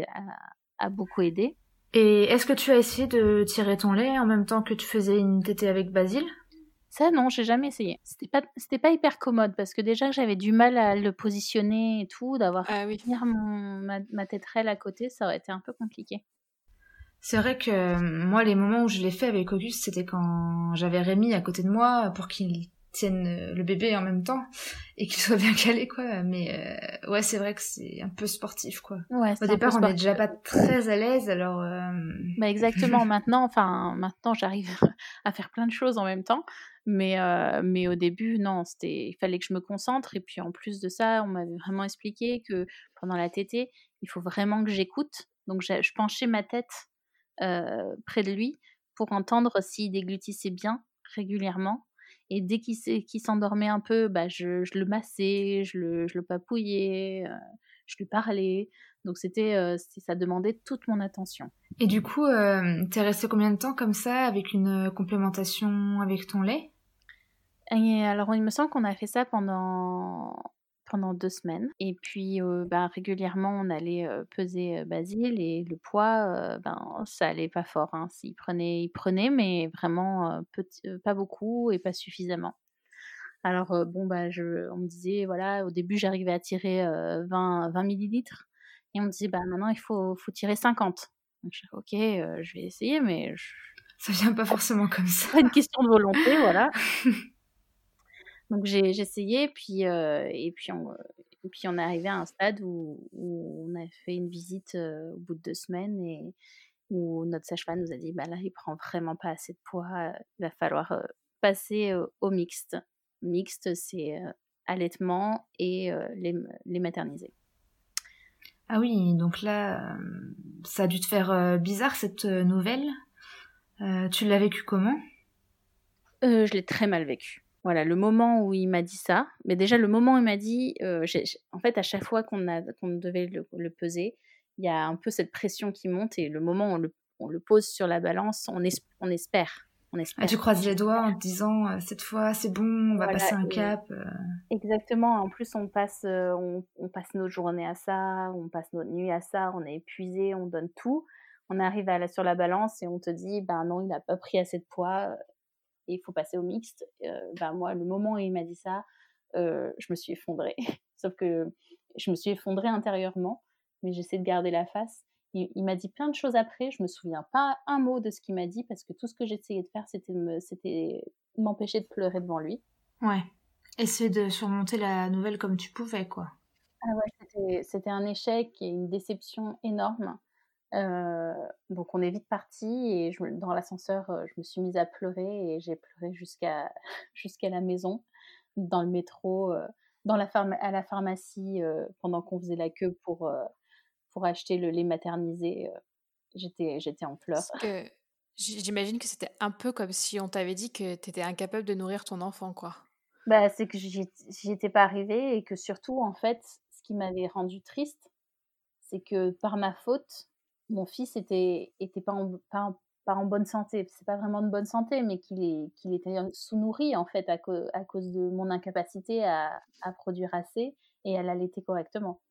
a beaucoup aidé. Et est-ce que tu as essayé de tirer ton lait en même temps que tu faisais une tétée avec Basile? Ça non, j'ai jamais essayé. C'était pas hyper commode parce que déjà j'avais du mal à le positionner et tout, d'avoir à Ah oui. tenir ma téterelle à côté, ça aurait été un peu compliqué. C'est vrai que moi, les moments où je l'ai fait avec Auguste, c'était quand j'avais Rémi à côté de moi pour qu'il tienne le bébé en même temps et qu'il soit bien calé, quoi. Mais ouais, c'est vrai que c'est un peu sportif, quoi. Ouais, Au c'est un peu départ, on est déjà sportif. pas très à l'aise, alors... Bah, exactement. Maintenant, j'arrive à faire plein de choses en même temps, mais au début, non, il fallait que je me concentre et puis en plus de ça, on m'avait vraiment expliqué que pendant la tétée, il faut vraiment que j'écoute. Donc je penchais ma tête, près de lui pour entendre s'il déglutissait bien régulièrement et dès qu'il s'endormait un peu, bah, je le massais, je le papouillais, je lui parlais. Donc ça demandait toute mon attention. Et du coup, t'es resté combien de temps comme ça, avec une complémentation avec ton lait? Et alors, il me semble qu'on a fait ça pendant 2 semaines et puis, bah, régulièrement, on allait, peser, Basile et le poids, ben, ça allait pas fort, hein. Il prenait mais vraiment, pas beaucoup et pas suffisamment. Alors, bon, bah, on me disait, voilà, au début, j'arrivais à tirer, 20 millilitres et on me disait: «Bah, maintenant, il faut tirer 50». Donc je fais: «OK, je vais essayer mais Ça vient pas forcément comme ça. c'est pas une question de volonté», voilà. Donc j'ai essayé puis on est arrivé à un stade où on a fait une visite, au bout de 2 semaines et où notre sage-femme nous a dit: «Bah, là, il prend vraiment pas assez de poids, il va falloir, passer, au mixte». Mixte, c'est, allaitement et lait maternisé. Ah oui, donc là, ça a dû te faire bizarre cette nouvelle. Tu l'as vécu comment? Je l'ai très mal vécu. Voilà, le moment où il m'a dit ça, mais déjà le moment où il m'a dit, j'ai en fait, à chaque fois qu'on devait le peser, il y a un peu cette pression qui monte et le moment où on le pose sur la balance, on espère, on Ah, espère. tu croises les doigts en te disant cette fois c'est bon, on va Voilà passer un et cap. exactement. En plus, on passe nos journées à ça, on passe nos nuits à ça, on est épuisé, on donne tout. On arrive sur la balance et on te dit: «Ben non, il a pas pris assez de poids, et il faut passer au mixte». Bah, moi, le moment où il m'a dit ça, je me suis effondrée. Sauf que je me suis effondrée intérieurement, mais j'essaie de garder la face. Il m'a dit plein de choses après, je me souviens pas un mot de ce qu'il m'a dit parce que tout ce que j'essayais de faire, c'était m'empêcher de pleurer devant lui. Ouais. Essayer de surmonter la nouvelle comme tu pouvais, quoi. Ah ouais, c'était un échec et une déception énorme. Heu, donc on est vite partis et dans l'ascenseur, je me suis mise à pleurer et j'ai pleuré jusqu'à jusqu'à la maison, dans le métro, à la pharmacie, pendant qu'on faisait la queue pour acheter le lait maternisé, j'étais en pleurs. Parce que j'imagine que c'était un peu comme si on t'avait dit que tu étais incapable de nourrir ton enfant, quoi. Bah, c'est que j'y étais pas arrivée et que surtout, en fait, ce qui m'avait rendue triste, c'est que par ma faute, mon fils était pas en bonne santé. C'est pas vraiment de bonne santé, mais qu'il était sous-nourri, en fait, à cause de mon incapacité à produire assez et à l'allaiter correctement.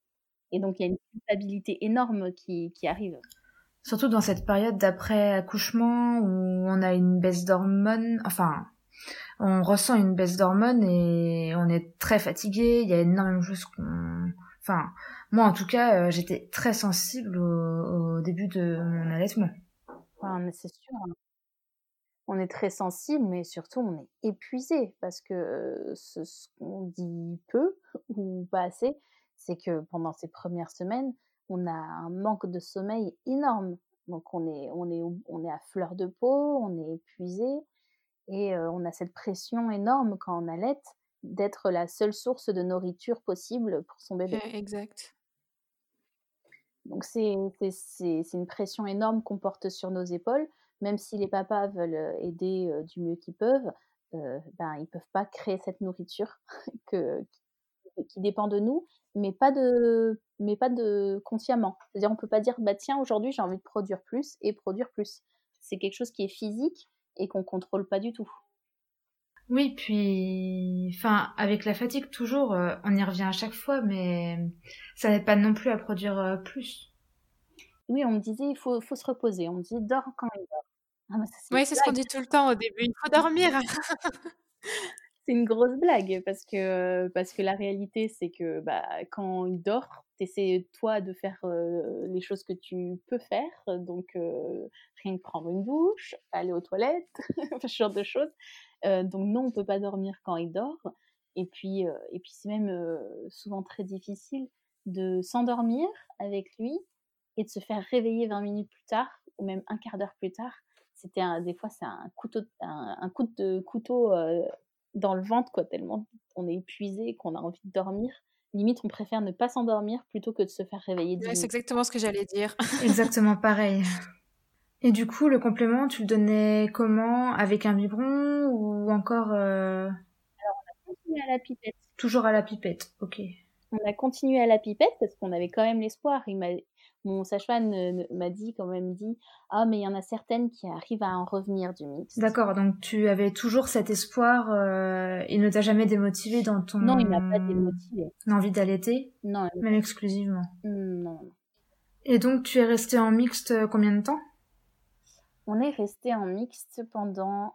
Et donc il y a une culpabilité énorme qui arrive. Surtout dans cette période d'après-accouchement où on a une baisse d'hormones, enfin, on ressent une baisse d'hormones et on est très fatigué, il y a énormément de choses qu'on... Enfin, moi en tout cas, j'étais très sensible au début de mon allaitement. Enfin, c'est sûr, hein. On est très sensible, mais surtout on est épuisé parce que ce qu'on dit peu ou pas assez, c'est que pendant ces premières semaines, on a un manque de sommeil énorme. Donc on est à fleur de peau, on est épuisé et on a cette pression énorme quand on allaite d'être la seule source de nourriture possible pour son bébé. Exact. Donc c'est une pression énorme qu'on porte sur nos épaules, même si les papas veulent aider du mieux qu'ils peuvent, ben, ils peuvent pas créer cette nourriture que qui dépend de nous, mais pas de consciemment. C'est-à-dire on peut pas dire: «Bah, tiens, aujourd'hui, j'ai envie de produire plus» et produire plus. C'est quelque chose qui est physique et qu'on contrôle pas du tout. Oui, puis, enfin, avec la fatigue toujours, on y revient à chaque fois, mais ça n'aide pas non plus à produire plus. Oui, on me disait: «Il faut se reposer». On me dit: «Dors quand il dort». Ah, mais ça, c'est une Oui, c'est ce qu'on blague. dit tout le temps au début, il faut dormir. C'est une grosse blague parce que la réalité, c'est que, bah, quand il dort, tu essaies toi de faire, les choses que tu peux faire, donc rien que prendre une douche, aller aux toilettes, ce genre de choses. Donc non, on peut pas dormir quand il dort et puis c'est même, souvent très difficile de s'endormir avec lui et de se faire réveiller 20 minutes plus tard ou même un quart d'heure plus tard. C'était un des fois, c'est un coup de couteau, dans le ventre, quoi, tellement on est épuisé, qu'on a envie de dormir. Limite, on préfère ne pas s'endormir plutôt que de se faire réveiller 10 Ouais, c'est minutes. exactement ce que j'allais dire. Exactement pareil. Et du coup, le complément, tu le donnais comment? Avec un biberon ou encore Continuer à la pipette. toujours à la pipette? Ok. On a continué à la pipette parce qu'on avait quand même l'espoir. Mon sage-femme m'a dit quand même dit: «Ah mais il y en a certaines qui arrivent à en revenir du mixte». D'accord, donc tu avais toujours cet espoir, il ne t'a jamais démotivé dans Non, il m'a pas ton démotivée. envie d'allaiter, Non, même exclusivement. non. Et donc tu es restée en mixte combien de temps? On est resté en mixte pendant,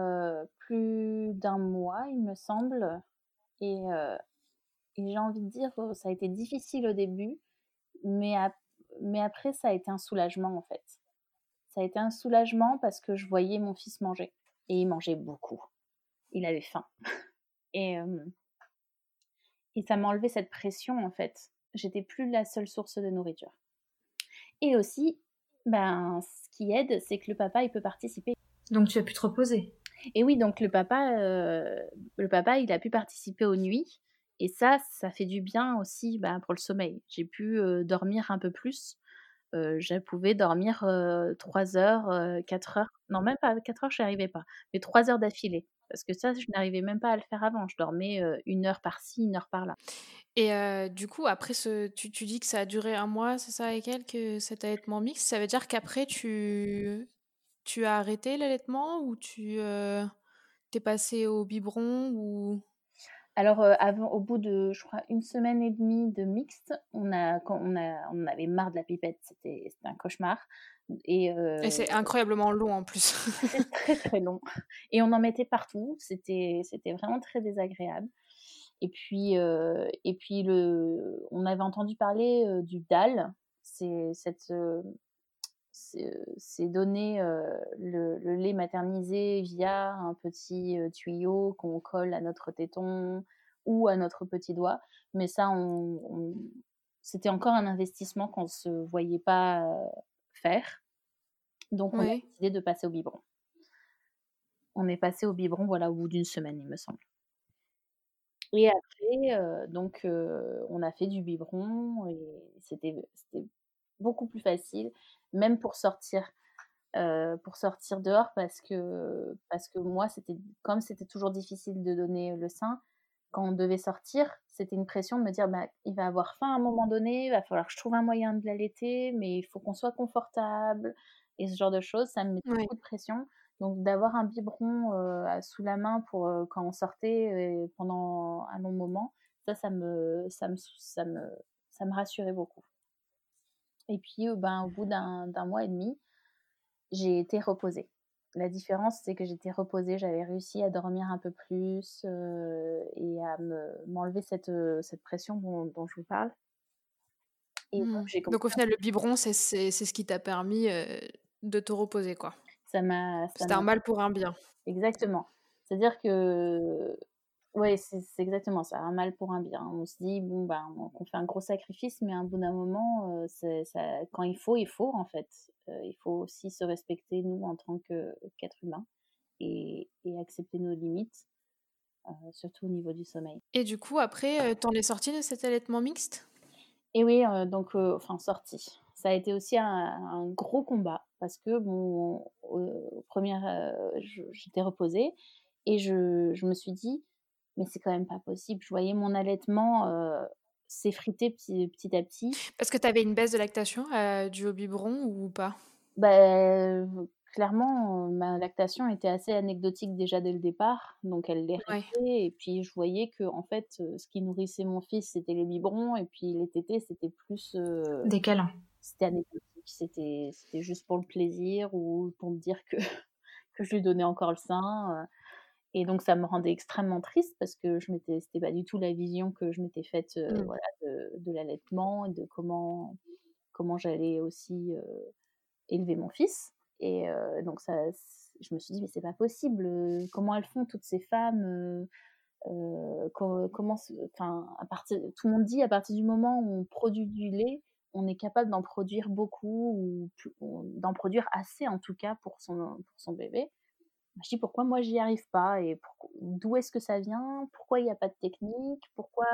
plus d'un mois, il me semble et heu et j'ai envie de dire, ça a été difficile au début, mais ap mais après ça a été un soulagement, en fait. Ça a été un soulagement parce que je voyais mon fils manger et il mangeait beaucoup. Il avait faim et hem et ça m'a enlevé cette pression, en fait. J'étais plus la seule source de nourriture et aussi, ben, ce qui aide, c'est que le papa, il peut participer. Donc tu as pu te reposer. Et oui, donc le papa, il a pu participer aux nuits et ça fait du bien aussi, ben, pour le sommeil. J'ai pu, dormir un peu plus. Je pouvais dormir, 3 heures, 4 heures. Non, même pas 4 heures, j'y arrivais pas, mais 3 heures d'affilée. Parce que ça, je n'arrivais même pas à le faire avant. Je dormais, 1 heure par-ci, 1 heure par-là. Et du coup, après tu dis que ça a duré un mois, c'est ça et quelques, cet allaitement mixte? Ça veut dire qu'après tu as arrêté l'allaitement ou tu passé au biberon ou? Alors, avant au bout de, je crois, 1 semaine et demie de mixte, on avait marre de la pipette, c'était un cauchemar et Et c'est incroyablement long en plus. c'était très, très long et on en mettait partout, c'était vraiment très désagréable et puis on avait entendu parler, du DAL, c'est donner, le lait maternisé via un petit, tuyau qu'on colle à notre téton ou à notre petit doigt. Mais ça, c'était encore un investissement qu'on ne se voyait pas, faire. Donc on a Ouais. décidé de passer au biberon. On est passé au biberon, voilà, au bout d'une semaine, il me semble. Et après, on a fait du biberon et c'était beaucoup plus facile, même pour sortir dehors parce que moi, comme c'était toujours difficile de donner le sein, quand on devait sortir, c'était une pression de me dire: «Bah, il va avoir faim à un moment donné, il va falloir que je trouve un moyen de l'allaiter, mais il faut qu'on soit confortable» et ce genre de choses, ça me mettait Ouais. beaucoup de pression. Donc d'avoir un biberon, sous la main pour, quand on sortait, pendant un long moment, ça me ça me rassurait beaucoup. Et puis, au bout d'un mois et demi, j'ai été reposée. La différence, c'est que j'étais reposée, j'avais réussi à dormir un peu plus, et à m'enlever cette pression dont je vous parle. Et donc j'ai Donc au commencé. final, le biberon, c'est ce qui t'a permis, de te reposer, quoi? Ça C'était un m'a mal pour un bien. exactement. C'est-à-dire que ouais, c'est exactement ça, un mal pour un bien. On se dit: «Bon, ben, qu'on fait un gros sacrifice, mais à un bout d'un moment, c'est ça quand il faut, en fait». Il faut aussi se respecter, nous, en tant qu'êtres humains et accepter nos limites, surtout au niveau du sommeil. Et du coup, après, tu es sortie de cet allaitement mixte? Et oui, donc enfin sortie. Ça a été aussi un gros combat parce que bon, aux premières, j'étais reposée et je me suis dit: «Mais c'est quand même pas possible». Je voyais mon allaitement, s'effriter petit à petit. Parce que tu avais une baisse de lactation, due au biberon ou pas? Bah, clairement, ma lactation était assez anecdotique déjà dès le départ, donc elle l'est Ouais. restée et puis je voyais qu'en fait, ce qui nourrissait mon fils, c'était les biberons et puis les tétés, c'était plus, Des câlins. c'était anecdotique, c'était juste pour le plaisir ou pour me dire que que je lui donnais encore le sein, et donc ça me rendait extrêmement triste parce que c'était pas du tout la vision que je m'étais faite, Mmh. voilà, de l'allaitement et de comment j'allais aussi, élever mon fils. Et donc je me suis dit: «Mais c'est pas possible, comment elles font toutes ces femmes, comment se enfin, à partir tout le monde dit à partir du moment où on produit du lait, on est capable d'en produire beaucoup ou d'en produire assez en tout cas pour son bébé». Je dis: «Pourquoi moi j'y arrive pas et d'où est-ce que ça vient? Pourquoi il y a pas de technique?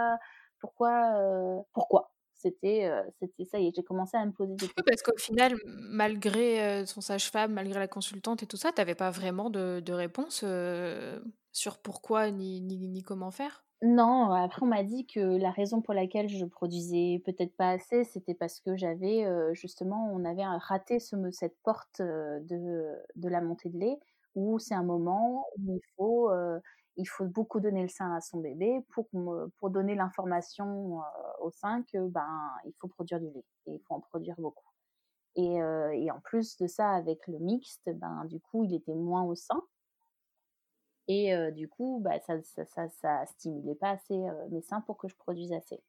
Pourquoi?» C'était ça y est, j'ai commencé à me poser des Oui, questions. parce qu'au final, malgré, ton sage-femme, malgré la consultante et tout ça, tu avais pas vraiment de réponse, sur pourquoi ni comment faire? Non, après on m'a dit que la raison pour laquelle je produisais peut-être pas assez, c'était parce que j'avais, justement on avait raté cette porte, de la montée de lait où c'est un moment où il faut beaucoup donner le sein à son bébé pour donner l'information, au sein que, ben, il faut produire du lait et il faut en produire beaucoup. Et en plus de ça, avec le mixte, ben, du coup, il était moins au sein. Et du coup, bah, ça stimulait pas assez, mes seins pour que je produise assez.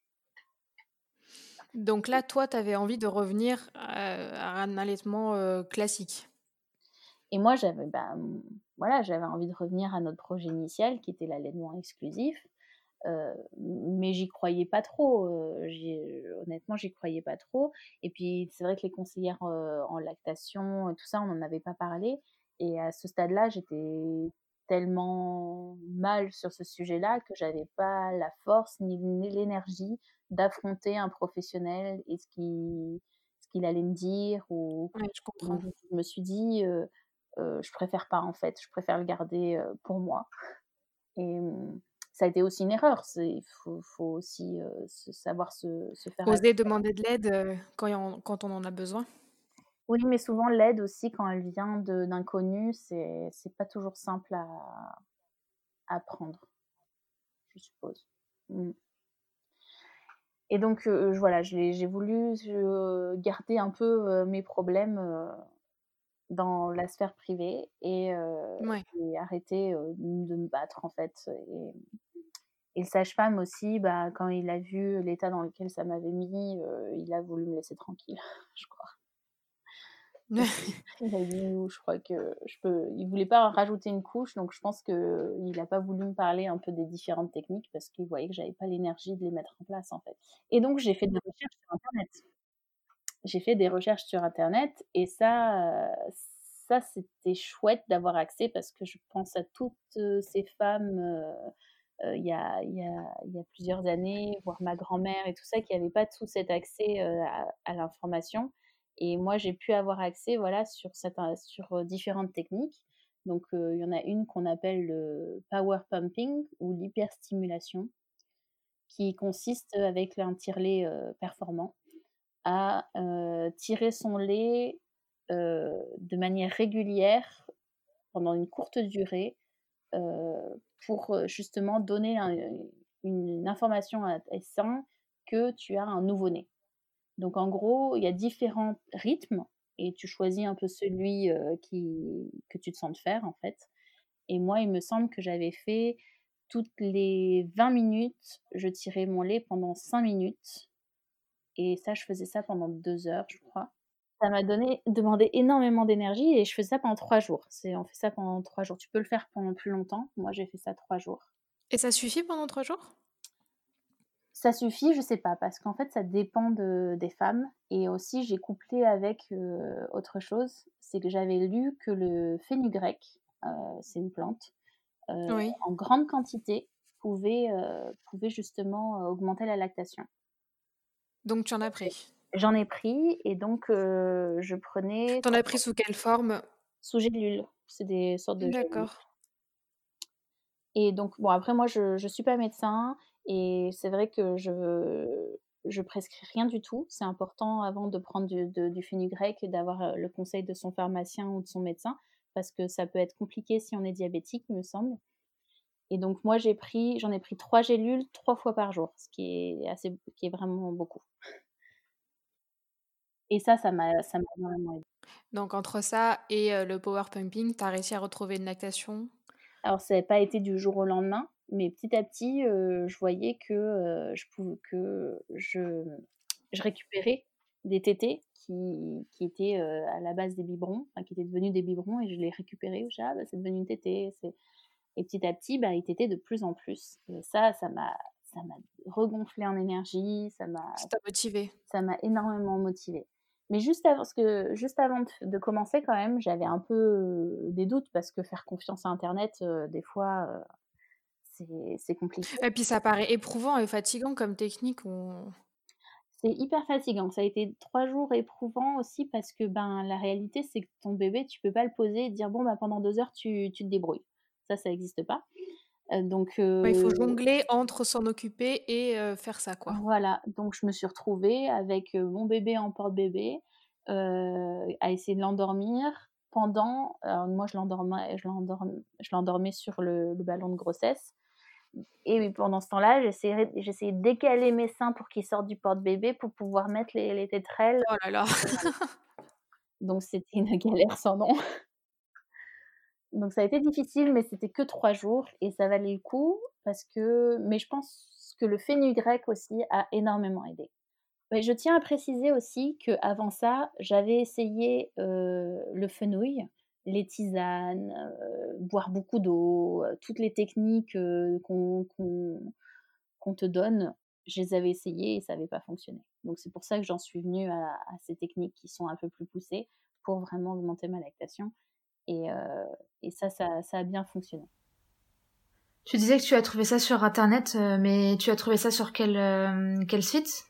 Donc là, toi, tu avais envie de revenir, à un allaitement, classique? Et moi, voilà, j'avais envie de revenir à notre projet initial qui était l'allaitement exclusif, mais j'y croyais pas trop, honnêtement, j'y croyais pas trop. Et puis, c'est vrai que les conseillères, en lactation et tout ça, on n'en avait pas parlé et à ce stade-là, j'étais tellement mal sur ce sujet-là que j'avais pas la force ni l'énergie d'affronter un professionnel et ce qu'il allait me dire ou Ouais, je comprends. donc je me suis dit, «Je préfère pas en fait, je préfère le garder, pour moi». Et ça a été aussi une erreur, faut aussi, savoir se faire aider. Oser demander de l'aide, quand on en a besoin? Oui, mais souvent l'aide aussi quand elle vient d'inconnus, c'est pas toujours simple à prendre, je suppose. Mmh. Et donc voilà, j'ai voulu garder un peu, mes problèmes, dans la sphère privée Ouais. et arrêter, de me battre en fait. Et le sage-femme aussi, bah, quand il a vu l'état dans lequel ça m'avait mis, il a voulu me laisser tranquille, je crois. Il a dit: «Je crois que je peux». Il voulait pas rajouter une couche, donc je pense qu'il a pas voulu me parler un peu des différentes techniques parce qu'il voyait que j'avais pas l'énergie de les mettre en place, en fait. Et donc j'ai fait des recherches sur internet. J'ai fait des recherches sur internet et ça c'était chouette d'avoir accès parce que je pense à toutes, ces femmes, il y a plusieurs années, voire ma grand-mère et tout ça, qui n'avaient pas tout cet accès, à l'information. Et moi, j'ai pu avoir accès, voilà, sur, différentes techniques. Donc, il y en a une qu'on appelle le power pumping ou l'hyperstimulation, qui consiste, avec un tire-lait, performant, à, tirer son lait, de manière régulière pendant une courte durée, pour, justement donner une information à tes seins que tu as un nouveau-né. Donc en gros, il y a différents rythmes et tu choisis un peu celui que tu te sens de faire en fait. Et moi, il me semble que j'avais fait toutes les 20 minutes, je tirais mon lait pendant 5 minutes. Et ça, je faisais ça pendant 2 heures, je crois. Ça m'a demandé énormément d'énergie et je faisais ça pendant 3 jours. On fait ça pendant 3 jours. Tu peux le faire pendant plus longtemps. Moi, j'ai fait ça 3 jours. Et ça suffit pendant 3 jours? Ça suffit, je sais pas, parce qu'en fait, ça dépend des femmes. Et aussi, j'ai couplé avec autre chose. C'est que j'avais lu que le fenugrec, c'est une plante, Oui. en grande quantité, pouvait justement augmenter la lactation. Donc tu en as pris. J'en ai pris et donc je prenais T'en as pris sous quelle forme? sous gélule. C'est des sortes de gélules. D'accord. Et donc bon, après moi je suis pas médecin et c'est vrai que je prescris rien du tout. C'est important avant de prendre du fenugrec d'avoir le conseil de son pharmacien ou de son médecin parce que ça peut être compliqué si on est diabétique, il me semble. Et donc moi j'en ai pris 3 gélules 3 fois par jour, ce qui est vraiment beaucoup. Et ça m'a énormément aidée. Donc entre ça et le power pumping, tu as réussi à retrouver une lactation? Alors ça n'a pas été du jour au lendemain, mais petit à petit, je voyais que, je récupérais des tétés qui étaient, à la base des biberons, enfin qui étaient devenus des biberons et je les récupérais. Je disais: «Ah bah, c'est devenu une tétée». Et petit à petit, bah, ils tétaient de plus en plus et ça m'a regonflé en énergie, Ça t'a motivée? ça m'a énormément motivée. Mais juste avant de commencer quand même, j'avais un peu, des doutes parce que faire confiance à internet, des fois, c'est compliqué. Et puis ça paraît éprouvant et fatigant comme technique, C'est hyper fatigant. Ça a été 3 jours éprouvants aussi parce que, ben, la réalité, c'est que ton bébé, tu peux pas le poser et dire: «Bon, bah, pendant 2 heures, tu te débrouilles». Ça existe pas. Donc ouais, il faut jongler entre s'en occuper et faire ça, quoi. voilà, donc je me suis retrouvée avec, mon bébé en porte-bébé, à essayer de l'endormir pendant alors moi je l'endormais sur le ballon de grossesse et pendant ce temps-là, j'essayais de décaler mes seins pour qu'ils sortent du porte-bébé pour pouvoir mettre les tétrelles. Oh là là! Donc c'était une galère sans nom. Donc ça a été difficile, mais c'était que 3 jours et ça valait le coup mais je pense que le fenugrec aussi a énormément aidé. Ouais, je tiens à préciser aussi qu'avant ça, j'avais essayé, le fenouil, les tisanes, boire beaucoup d'eau, toutes les techniques, qu'on te donne, je les avais essayées et ça n'avait pas fonctionné. Donc c'est pour ça que j'en suis venue à ces techniques qui sont un peu plus poussées pour vraiment augmenter ma lactation et ça a bien fonctionné. Tu disais que tu as trouvé ça sur internet, mais tu as trouvé ça sur quel site?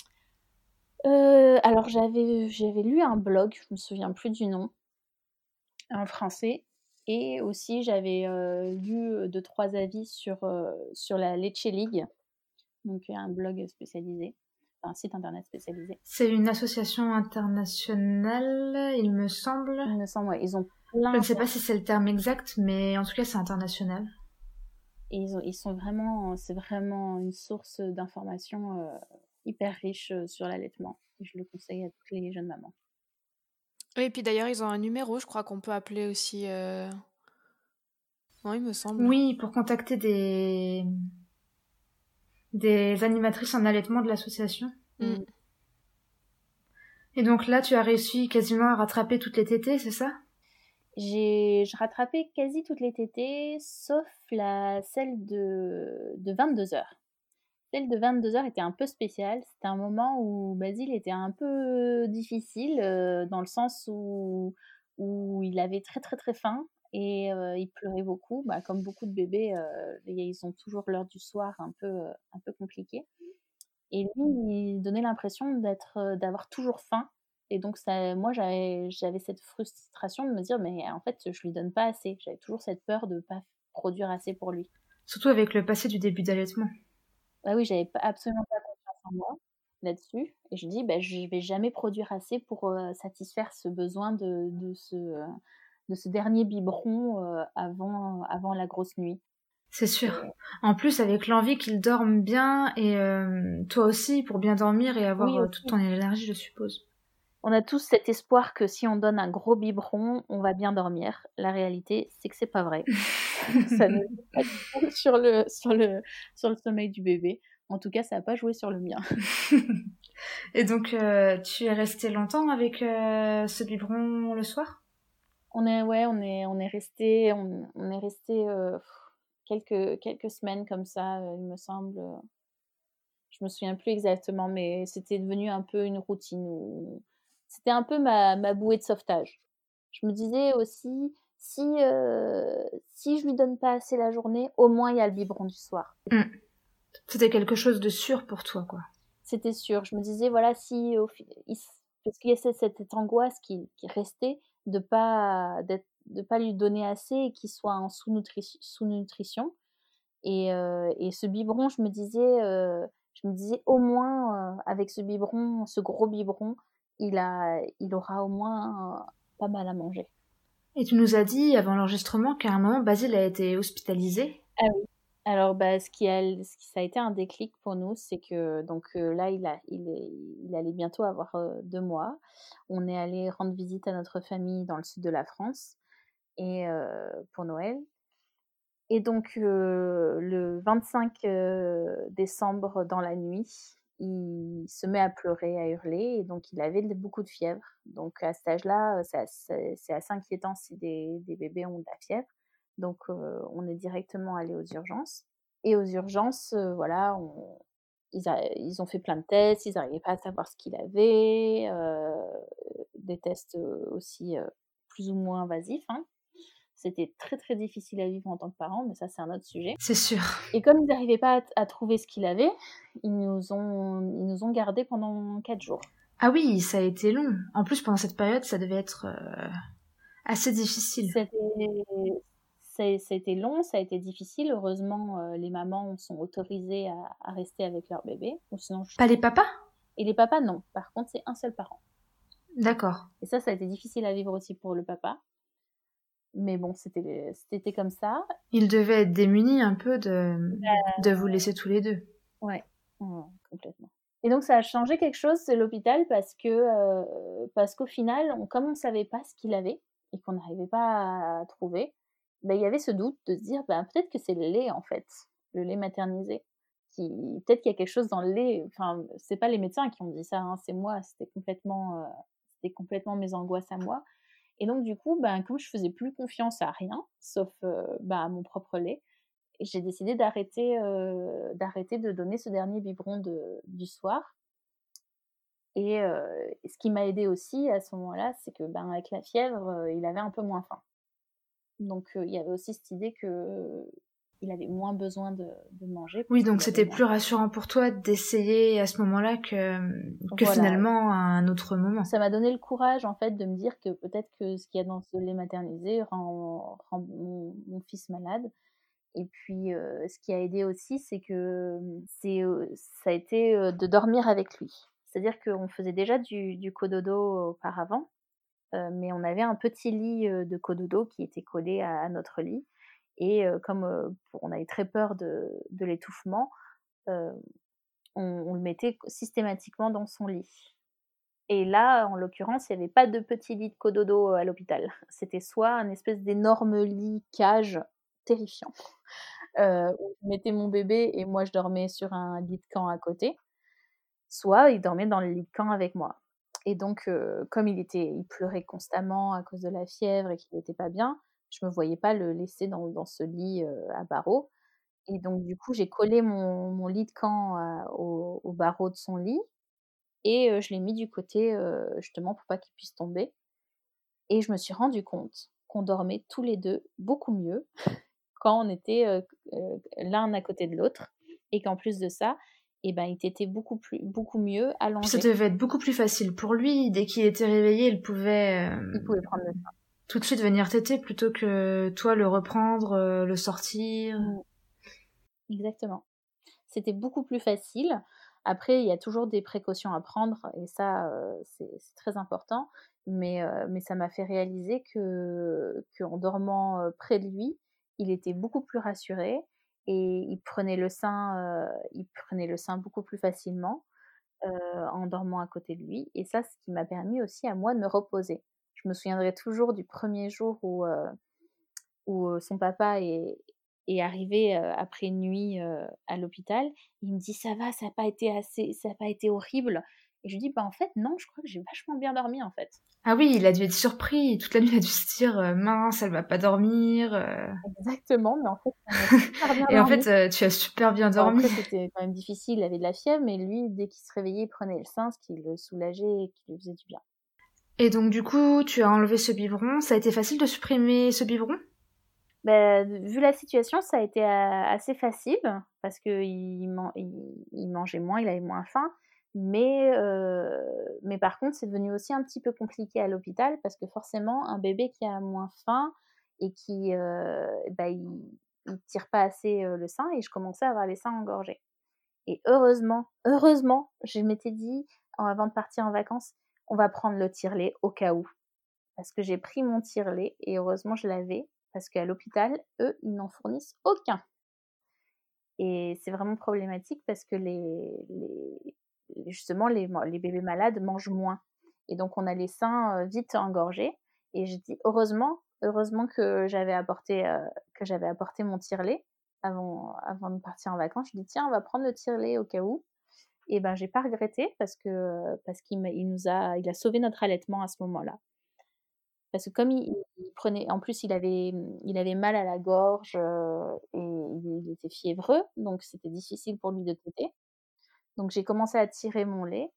Alors j'avais lu un blog, je me souviens plus du nom, en français et aussi j'avais, lu, 2-3 avis sur la Leche League, donc un blog spécialisé, enfin un site internet spécialisé. C'est une association internationale, il me semble. Il me semble, ouais, ils ont Je plein ne sais pas si c'est le terme exact, mais en tout cas c'est international. et ils sont vraiment c'est vraiment une source d'informations, hyper riche, sur l'allaitement et je le conseille à toutes les jeunes mamans. Oui et puis d'ailleurs, ils ont un numéro, je crois qu'on peut appeler aussi, non, il me semble. Oui, pour contacter des animatrices en allaitement de l'association. Mmh. Et donc là, tu as réussi quasiment à rattraper toutes les tétées, c'est ça? Je rattrapais quasi toutes les tétées, sauf celle de 22 heures. Celle de 22 heures était un peu spéciale. C'était un moment où Basile était un peu difficile, dans le sens où il avait très, très, très faim et il pleurait beaucoup. Bah, comme beaucoup de bébés, ils ont toujours l'heure du soir un peu compliquée et lui, il donnait l'impression d'avoir toujours faim et donc moi, j'avais cette frustration de me dire: «Mais en fait, je lui donne pas assez». J'avais toujours cette peur de pas produire assez pour lui. Surtout avec le passé du début d'allaitement. Bah oui, j'avais absolument pas confiance en moi là-dessus et je dis: «Bah, je vais jamais produire assez pour, satisfaire ce besoin de ce dernier biberon, avant la grosse nuit». C'est sûr. En plus, avec l'envie qu'il dorme bien et toi aussi pour bien dormir et avoir Oui, toute aussi. ton énergie, je suppose. On a tous cet espoir que si on donne un gros biberon, on va bien dormir. La réalité, c'est que c'est pas vrai. Ça ne joue pas du tout sur le sommeil du bébé. En tout cas, ça a pas joué sur le mien. Et donc, tu es resté longtemps avec ce biberon le soir? On est resté quelques semaines comme ça, il me semble. Je me souviens plus exactement, mais c'était devenu un peu une routine où c'était un peu ma bouée de sauvetage. Je me disais aussi, si je lui donne pas assez la journée, au moins il y a le biberon du soir. C'était quelque chose de sûr pour toi, quoi. C'était sûr. Je me disais, voilà, si parce qu'il y a cette angoisse qui restait de pas lui donner assez et qu'il soit en sous-nutrition. Et ce biberon, je me disais au moins, avec ce biberon, ce gros biberon, il aura au moins pas mal à manger. Et tu nous as dit avant l'enregistrement qu'à un moment, Basile a été hospitalisé. Ah oui. Alors, bah, ça a été un déclic pour nous, c'est que donc là, il allait bientôt avoir 2 mois. On est allé rendre visite à notre famille dans le sud de la France et pour Noël. Et donc, le 25 décembre dans la nuit, il se met à pleurer, à hurler et donc il avait beaucoup de fièvre. Donc à cet âge-là, c'est assez inquiétant si des bébés ont de la fièvre. Donc on est directement allés aux urgences et aux urgences, voilà, ils ont fait plein de tests, ils n'arrivaient pas à savoir ce qu'il avait, des tests, aussi, plus ou moins invasifs, hein. C'était très, très difficile à vivre en tant que parent, mais ça, c'est un autre sujet. C'est sûr. Et comme ils n'arrivaient pas à trouver ce qu'il avait, ils nous ont gardés pendant 4 jours. Ah oui, ça a été long. En plus, pendant cette période, ça devait être assez difficile. Ça a été long, ça a été difficile. Heureusement, les mamans sont autorisées à rester avec leur bébé. Ou sinon, Pas les papas? Et les papas, non. Par contre, c'est un seul parent. D'accord. Et ça a été difficile à vivre aussi pour le papa. Mais bon, c'était comme ça. Il devait être démuni un peu de vous laisser tous les deux. Ouais, complètement. Et donc ça a changé quelque chose, c'est l'hôpital, parce qu'au final, comme on savait pas ce qu'il avait et qu'on n'arrivait pas à trouver, il y avait ce doute de se dire: peut-être que c'est le lait en fait, le lait maternisé peut-être qu'il y a quelque chose dans le lait». Enfin, c'est pas les médecins qui ont dit ça, hein, c'est moi, c'était complètement mes angoisses à moi. Et donc du coup, comme je faisais plus confiance à rien, sauf, à mon propre lait, j'ai décidé d'arrêter de donner ce dernier biberon du soir. Et ce qui m'a aidée aussi à ce moment-là, c'est que, avec la fièvre, il avait un peu moins faim. Donc il y avait aussi cette idée qu'il avait moins besoin de manger. Oui, donc c'était plus rassurant pour toi d'essayer à ce moment-là que Voilà. Finalement à un autre moment. Ça m'a donné le courage, en fait, de me dire que peut-être que ce qu'il y a dans ce lait maternisé rend mon fils malade. Et puis, ce qui a aidé aussi, c'est que, ça a été, de dormir avec lui. C'est-à-dire qu'on faisait déjà du cododo auparavant, mais on avait un petit lit, de cododo qui était collé à notre lit et comme, on avait très peur de l'étouffement, heu, on le mettait systématiquement dans son lit. Et là, en l'occurrence, il y avait pas de petit lit de cododo à l'hôpital. C'était soit un espèce d'énorme lit cage terrifiant, où je mettais mon bébé et moi je dormais sur un lit de camp à côté, soit il dormait dans le lit de camp avec moi. Et donc, comme il pleurait constamment à cause de la fièvre et qu'il était pas bien, je me voyais pas le laisser dans ce lit, à barreaux. Et donc du coup, j'ai collé mon lit de camp au barreau de son lit et je l'ai mis du côté, justement pour pas qu'il puisse tomber. Et je me suis rendu compte qu'on dormait tous les 2 beaucoup mieux quand on était, l'un à côté de l'autre et qu'en plus de ça, il était beaucoup mieux Puis allongé. ça devait être beaucoup plus facile pour lui. Dès qu'il était réveillé, il pouvait prendre le sein. tout de suite venir téter plutôt que toi le reprendre, le sortir. Exactement. C'était beaucoup plus facile. Après, il y a toujours des précautions à prendre et ça, c'est très important. Mais ça m'a fait réaliser qu'en dormant, près de lui, il était beaucoup plus rassuré et il prenait le sein beaucoup plus facilement, en dormant à côté de lui, et ça, ce qui m'a permis aussi à moi de me reposer. Je me souviendrai toujours du premier jour où son papa est arrivé, après une nuit, à l'hôpital. Il me dit: Ça a pas été horrible?» Et je lui dis: «Bah, en fait, non, je crois que j'ai vachement bien dormi, en fait». Ah oui, il a dû être surpris. Toute la nuit, il a dû se dire mince, elle va pas dormir. Exactement, mais en fait, on a super bien Et en dormi. fait, tu as super bien Bon, dormi. après, c'était quand même difficile, il avait de la fièvre, mais lui, dès qu'il se réveillait, il prenait le sein, ce qui le soulageait et qui lui faisait du bien. Et donc, du coup, tu as enlevé ce biberon. Ça a été facile de supprimer ce biberon? Bah, vu la situation, ça a été assez facile parce qu'il mangeait moins, il avait moins faim. Mais par contre, c'est devenu aussi un petit peu compliqué à l'hôpital parce que forcément, un bébé qui a moins faim et qui, bah, il tire pas assez, le sein, et je commençais à avoir les seins engorgés. Et heureusement, je m'étais dit, avant de partir en vacances: «On va prendre le tire-lait au cas où». Parce que j'ai pris mon tire-lait et heureusement je l'avais, parce qu'à l'hôpital, eux, ils n'en fournissent aucun, et c'est vraiment problématique parce que justement les bébés malades mangent moins, et donc on a les seins, vite engorgés, et j'ai dit: «Heureusement que j'avais apporté mon tire-lait avant de partir en vacances». Je dis: «Tiens, on va prendre le tire-lait au cas où», et ben, j'ai pas regretté parce qu'il a sauvé notre allaitement à ce moment-là. Parce que comme il prenait, en plus, il avait mal à la gorge, et il était fiévreux, donc c'était difficile pour lui de téter. Donc j'ai commencé à tirer mon lait,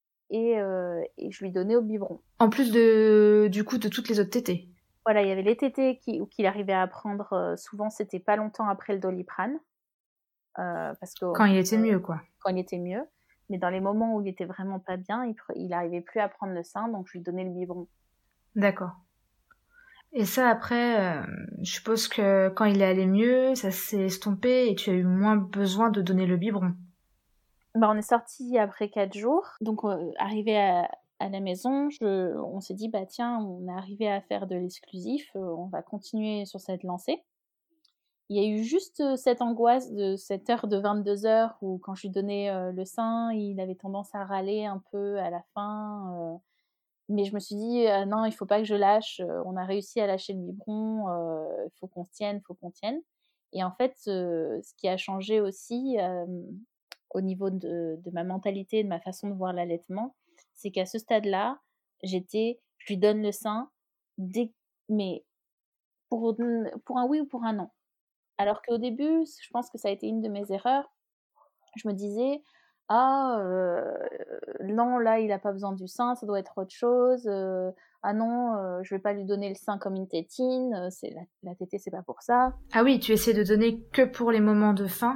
et je lui donnais au biberon. En plus du coup, de toutes les autres tétées. Voilà, il y avait les tétés qu'il arrivait à prendre, souvent c'était pas longtemps après le Doliprane, parce qu'en Quand fait, il était mieux, quoi. quand il était mieux, mais dans les moments où il était vraiment pas bien, il arrivait plus à prendre le sein, donc je lui donnais le biberon. D'accord. Et ça, après, je suppose que quand il est allé mieux, ça s'est estompé et tu as eu moins besoin de donner le biberon. Bah, on est sortis après 4 jours, donc arrivés à la maison, on s'est dit: «Bah, tiens, on est arrivé à faire de l'exclusif, on va continuer sur cette lancée». Il y a eu juste, cette angoisse de cette heure de 22 heures où quand je lui donnais, le sein, il avait tendance à râler un peu à la fin, mais je me suis dit: Non, il faut pas que je lâche, on a réussi à lâcher le biberon, il faut qu'on se tienne, il faut qu'on tienne», et en fait, ce qui a changé aussi, au niveau de ma mentalité, de ma façon de voir l'allaitement, c'est qu'à ce stade-là, je lui donne le sein dès mais pour un oui ou pour un non. Alors qu'au début, je pense que ça a été une de mes erreurs. Je me disais: «Ah, non, là, il a pas besoin du sein, ça doit être autre chose, ah non, je vais pas lui donner le sein comme une tétine, c'est la tétée, c'est pas pour ça». Ah oui, tu essaies de donner que pour les moments de faim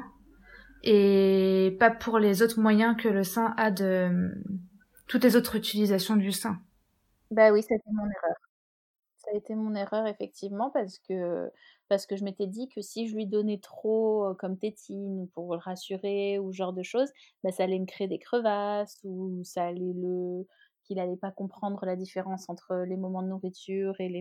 et pas pour les autres moyens que le sein a de toutes les autres utilisations du sein. Bah oui, ça a été mon erreur. Ça a été mon erreur effectivement parce que je m'étais dit que si je lui donnais trop, comme tétine ou pour le rassurer ou ce genre de choses, bah, ça allait me créer des crevasses, ou ça allait le qu'il allait pas comprendre la différence entre les moments de nourriture et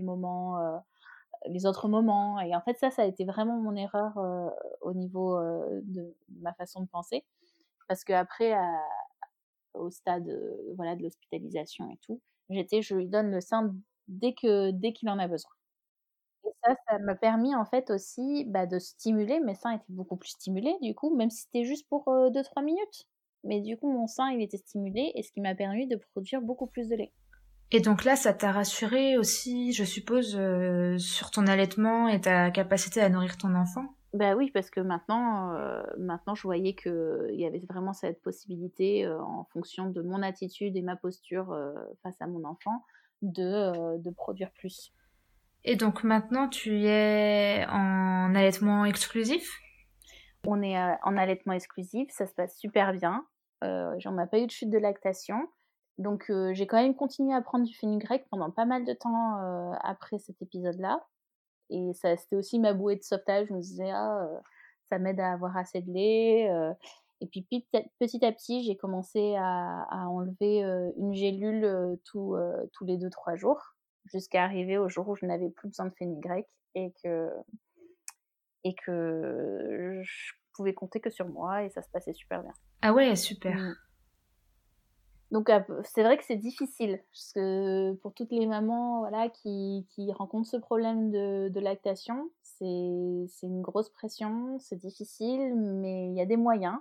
les autres moments, et en fait ça a été vraiment mon erreur, au niveau, de ma façon de penser. Parce qu'après au stade, voilà, de l'hospitalisation et tout, je lui donne le sein dès qu'il en a besoin. Et ça m'a permis en fait aussi, bah, de stimuler, mes seins étaient beaucoup plus stimulés du coup, même si c'était juste pour, 2-3 minutes. Mais du coup, mon sein, il était stimulé, et ce qui m'a permis de produire beaucoup plus de lait. Et donc là, ça t'a rassuré aussi, je suppose, sur ton allaitement et ta capacité à nourrir ton enfant? Bah oui, parce que maintenant je voyais qu'il y avait vraiment cette possibilité, en fonction de mon attitude et ma posture, face à mon enfant, de produire plus. Et donc maintenant, tu es en allaitement exclusif? On est, en allaitement exclusif, ça se passe super bien. On n'a pas eu de chute de lactation. Donc j'ai quand même continué à prendre du fenugrec pendant pas mal de temps, après cet épisode-là, et ça, c'était aussi ma bouée de sauvetage. Je me disais: «Ah, ça m'aide à avoir assez de lait», et puis petit à petit, j'ai commencé à enlever, une gélule, tous les 2-3 jours, jusqu'à arriver au jour où je n'avais plus besoin de fenugrec, et que je pouvais compter que sur moi et ça se passait super bien. Ah ouais, super. Donc c'est vrai que c'est difficile, parce que pour toutes les mamans voilà, qui rencontrent ce problème de lactation, c'est une grosse pression, c'est difficile, mais il y a des moyens.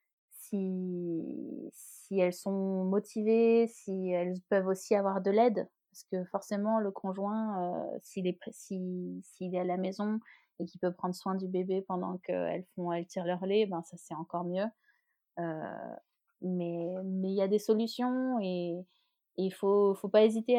Si elles sont motivées, si elles peuvent aussi avoir de l'aide, parce que forcément le conjoint, s'il est à la maison et qu'il peut prendre soin du bébé pendant qu'elles tirent leur lait, ben ça c'est encore mieux. Mais il y a des solutions et il faut pas hésiter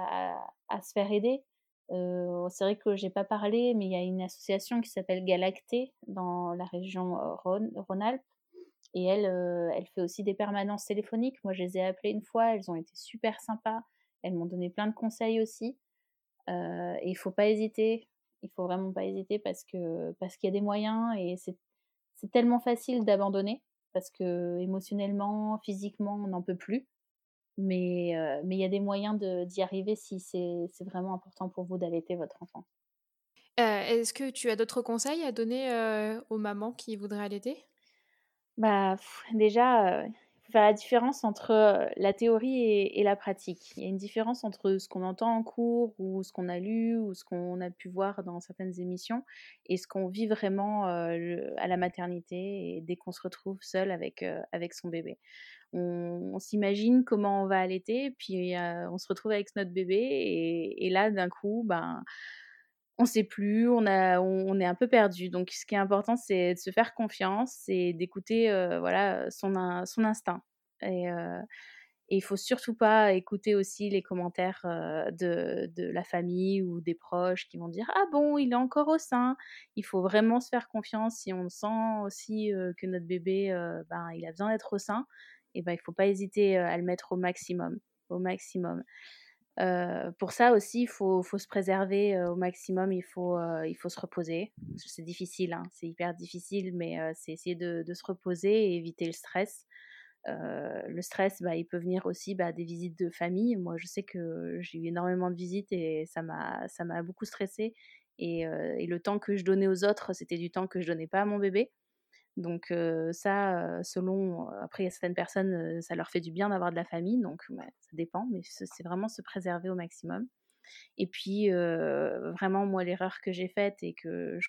à se faire aider. C'est vrai que j'ai pas parlé, mais il y a une association qui s'appelle Galacté dans la région, Rhône-Alpes et elle fait aussi des permanences téléphoniques. Moi, je les ai appelées une fois, elles ont été super sympas. Elles m'ont donné plein de conseils aussi, et il faut pas hésiter. Il faut vraiment pas hésiter parce qu'il y a des moyens et c'est tellement facile d'abandonner parce qu'émotionnellement, physiquement, on n'en peut plus. Mais il y a des moyens d'y arriver si c'est vraiment important pour vous d'allaiter votre enfant. Est-ce que tu as d'autres conseils à donner, aux mamans qui voudraient allaiter? Bah, déjà, il faut faire la différence entre, la théorie et la pratique. Il y a une différence entre ce qu'on entend en cours ou ce qu'on a lu ou ce qu'on a pu voir dans certaines émissions et ce qu'on vit vraiment, à la maternité et dès qu'on se retrouve seul avec son bébé. On s'imagine comment on va allaiter, puis, on se retrouve avec notre bébé et là, d'un coup, ben, on sait plus, on est un peu perdu. Donc ce qui est important, c'est de se faire confiance et d'écouter, voilà, son instinct et il faut surtout pas écouter aussi les commentaires, de la famille ou des proches qui vont dire: «Ah bon, il est encore au sein». Il faut vraiment se faire confiance si on sent aussi, que notre bébé, ben, il a besoin d'être au sein et ben, il faut pas hésiter, à le mettre au maximum, au maximum. Pour ça aussi, il faut se préserver, au maximum, il faut se reposer. Parce que c'est difficile, hein, c'est hyper difficile, mais c'est essayer de se reposer et éviter le stress. Le stress, bah, il peut venir aussi, bah, des visites de famille. Moi, je sais que j'ai eu énormément de visites et ça m'a beaucoup stressée et le temps que je donnais aux autres, c'était du temps que je donnais pas à mon bébé. Donc ça, selon après il y a certaines personnes, ça leur fait du bien d'avoir de la famille, donc ouais, ça dépend, mais c'est vraiment se préserver au maximum. Et puis, vraiment moi l'erreur que j'ai faite et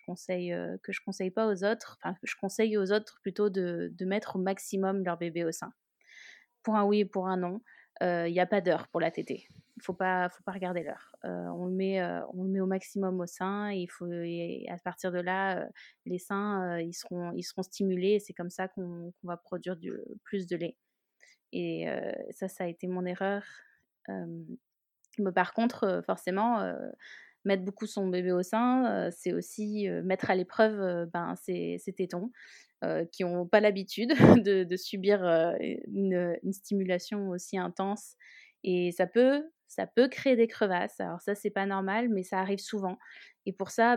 que je conseille pas aux autres, enfin que je conseille aux autres plutôt de mettre au maximum leur bébé au sein. Pour un oui et pour un non, il y a pas d'heure pour la tétée. Faut pas regarder l'heure. On le met au maximum au sein et à partir de là, les seins, ils seront stimulés et c'est comme ça qu'on va produire plus de lait et ça a été mon erreur. Hem, mais par contre, forcément, mettre beaucoup son bébé au sein, c'est aussi, mettre à l'épreuve, ben, ses tétons, qui ont pas l'habitude de subir, une stimulation aussi intense et ça peut créer des crevasses. Alors ça, c'est pas normal, mais ça arrive souvent et pour ça,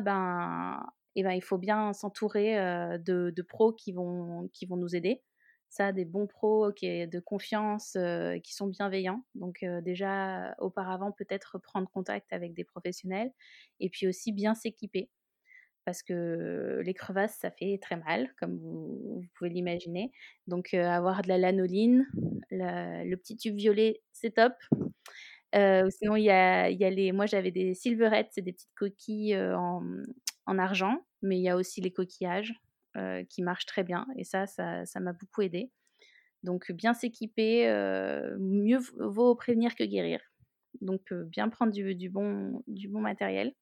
il faut bien s'entourer, de pros qui vont nous aider. Ça, des bons pros qui de confiance, qui sont bienveillants. Donc déjà, auparavant, peut-être prendre contact avec des professionnels et puis aussi bien s'équiper parce que les crevasses, ça fait très mal, comme vous pouvez l'imaginer. Donc avoir de la lanoline, le petit tube violet, c'est top. Sinon il y a les moi j'avais des Silverettes, c'est des petites coquilles, en argent, mais il y a aussi les coquillages, qui marchent très bien et ça m'a beaucoup aidée. Donc bien s'équiper, mieux vaut prévenir que guérir. Donc bien prendre du bon matériel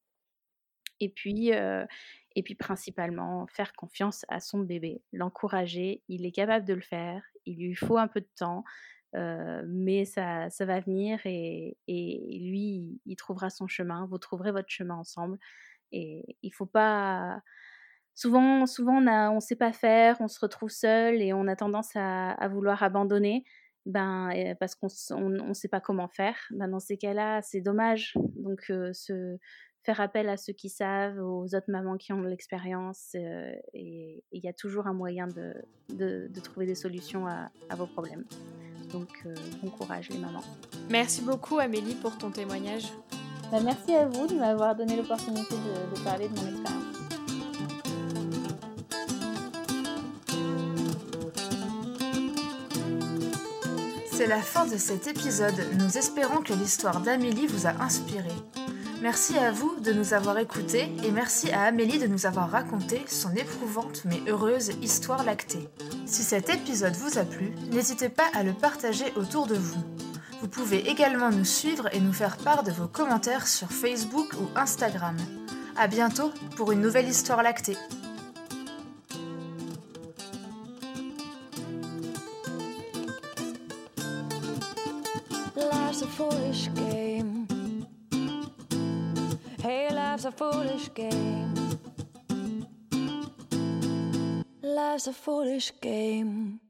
et puis principalement faire confiance à son bébé, l'encourager. Il est capable de le faire, il lui faut un peu de temps, mais ça va venir et lui, il trouvera son chemin. Vous trouverez votre chemin ensemble et il faut pas souvent on sait pas faire, on se retrouve seul et on a tendance à vouloir abandonner, parce on sait pas comment faire. Ben, dans ces cas-là, c'est dommage. Donc se faire appel à ceux qui savent, aux autres mamans qui ont de l'expérience, et il y a toujours un moyen de trouver des solutions à vos problèmes. Donc bon courage les mamans. Merci beaucoup Amélie pour ton témoignage. Merci à vous de m'avoir donné l'opportunité de parler de mon expérience. C'est la fin de cet épisode. Nous espérons que l'histoire d'Amélie vous a inspiré. Merci à vous de nous avoir écoutés et merci à Amélie de nous avoir raconté son éprouvante mais heureuse histoire lactée. Si cet épisode vous a plu, n'hésitez pas à le partager autour de vous. Vous pouvez également nous suivre et nous faire part de vos commentaires sur Facebook ou Instagram. À bientôt pour une nouvelle histoire lactée. Life's a foolish game. Hey, life's a foolish game. Life's a foolish game.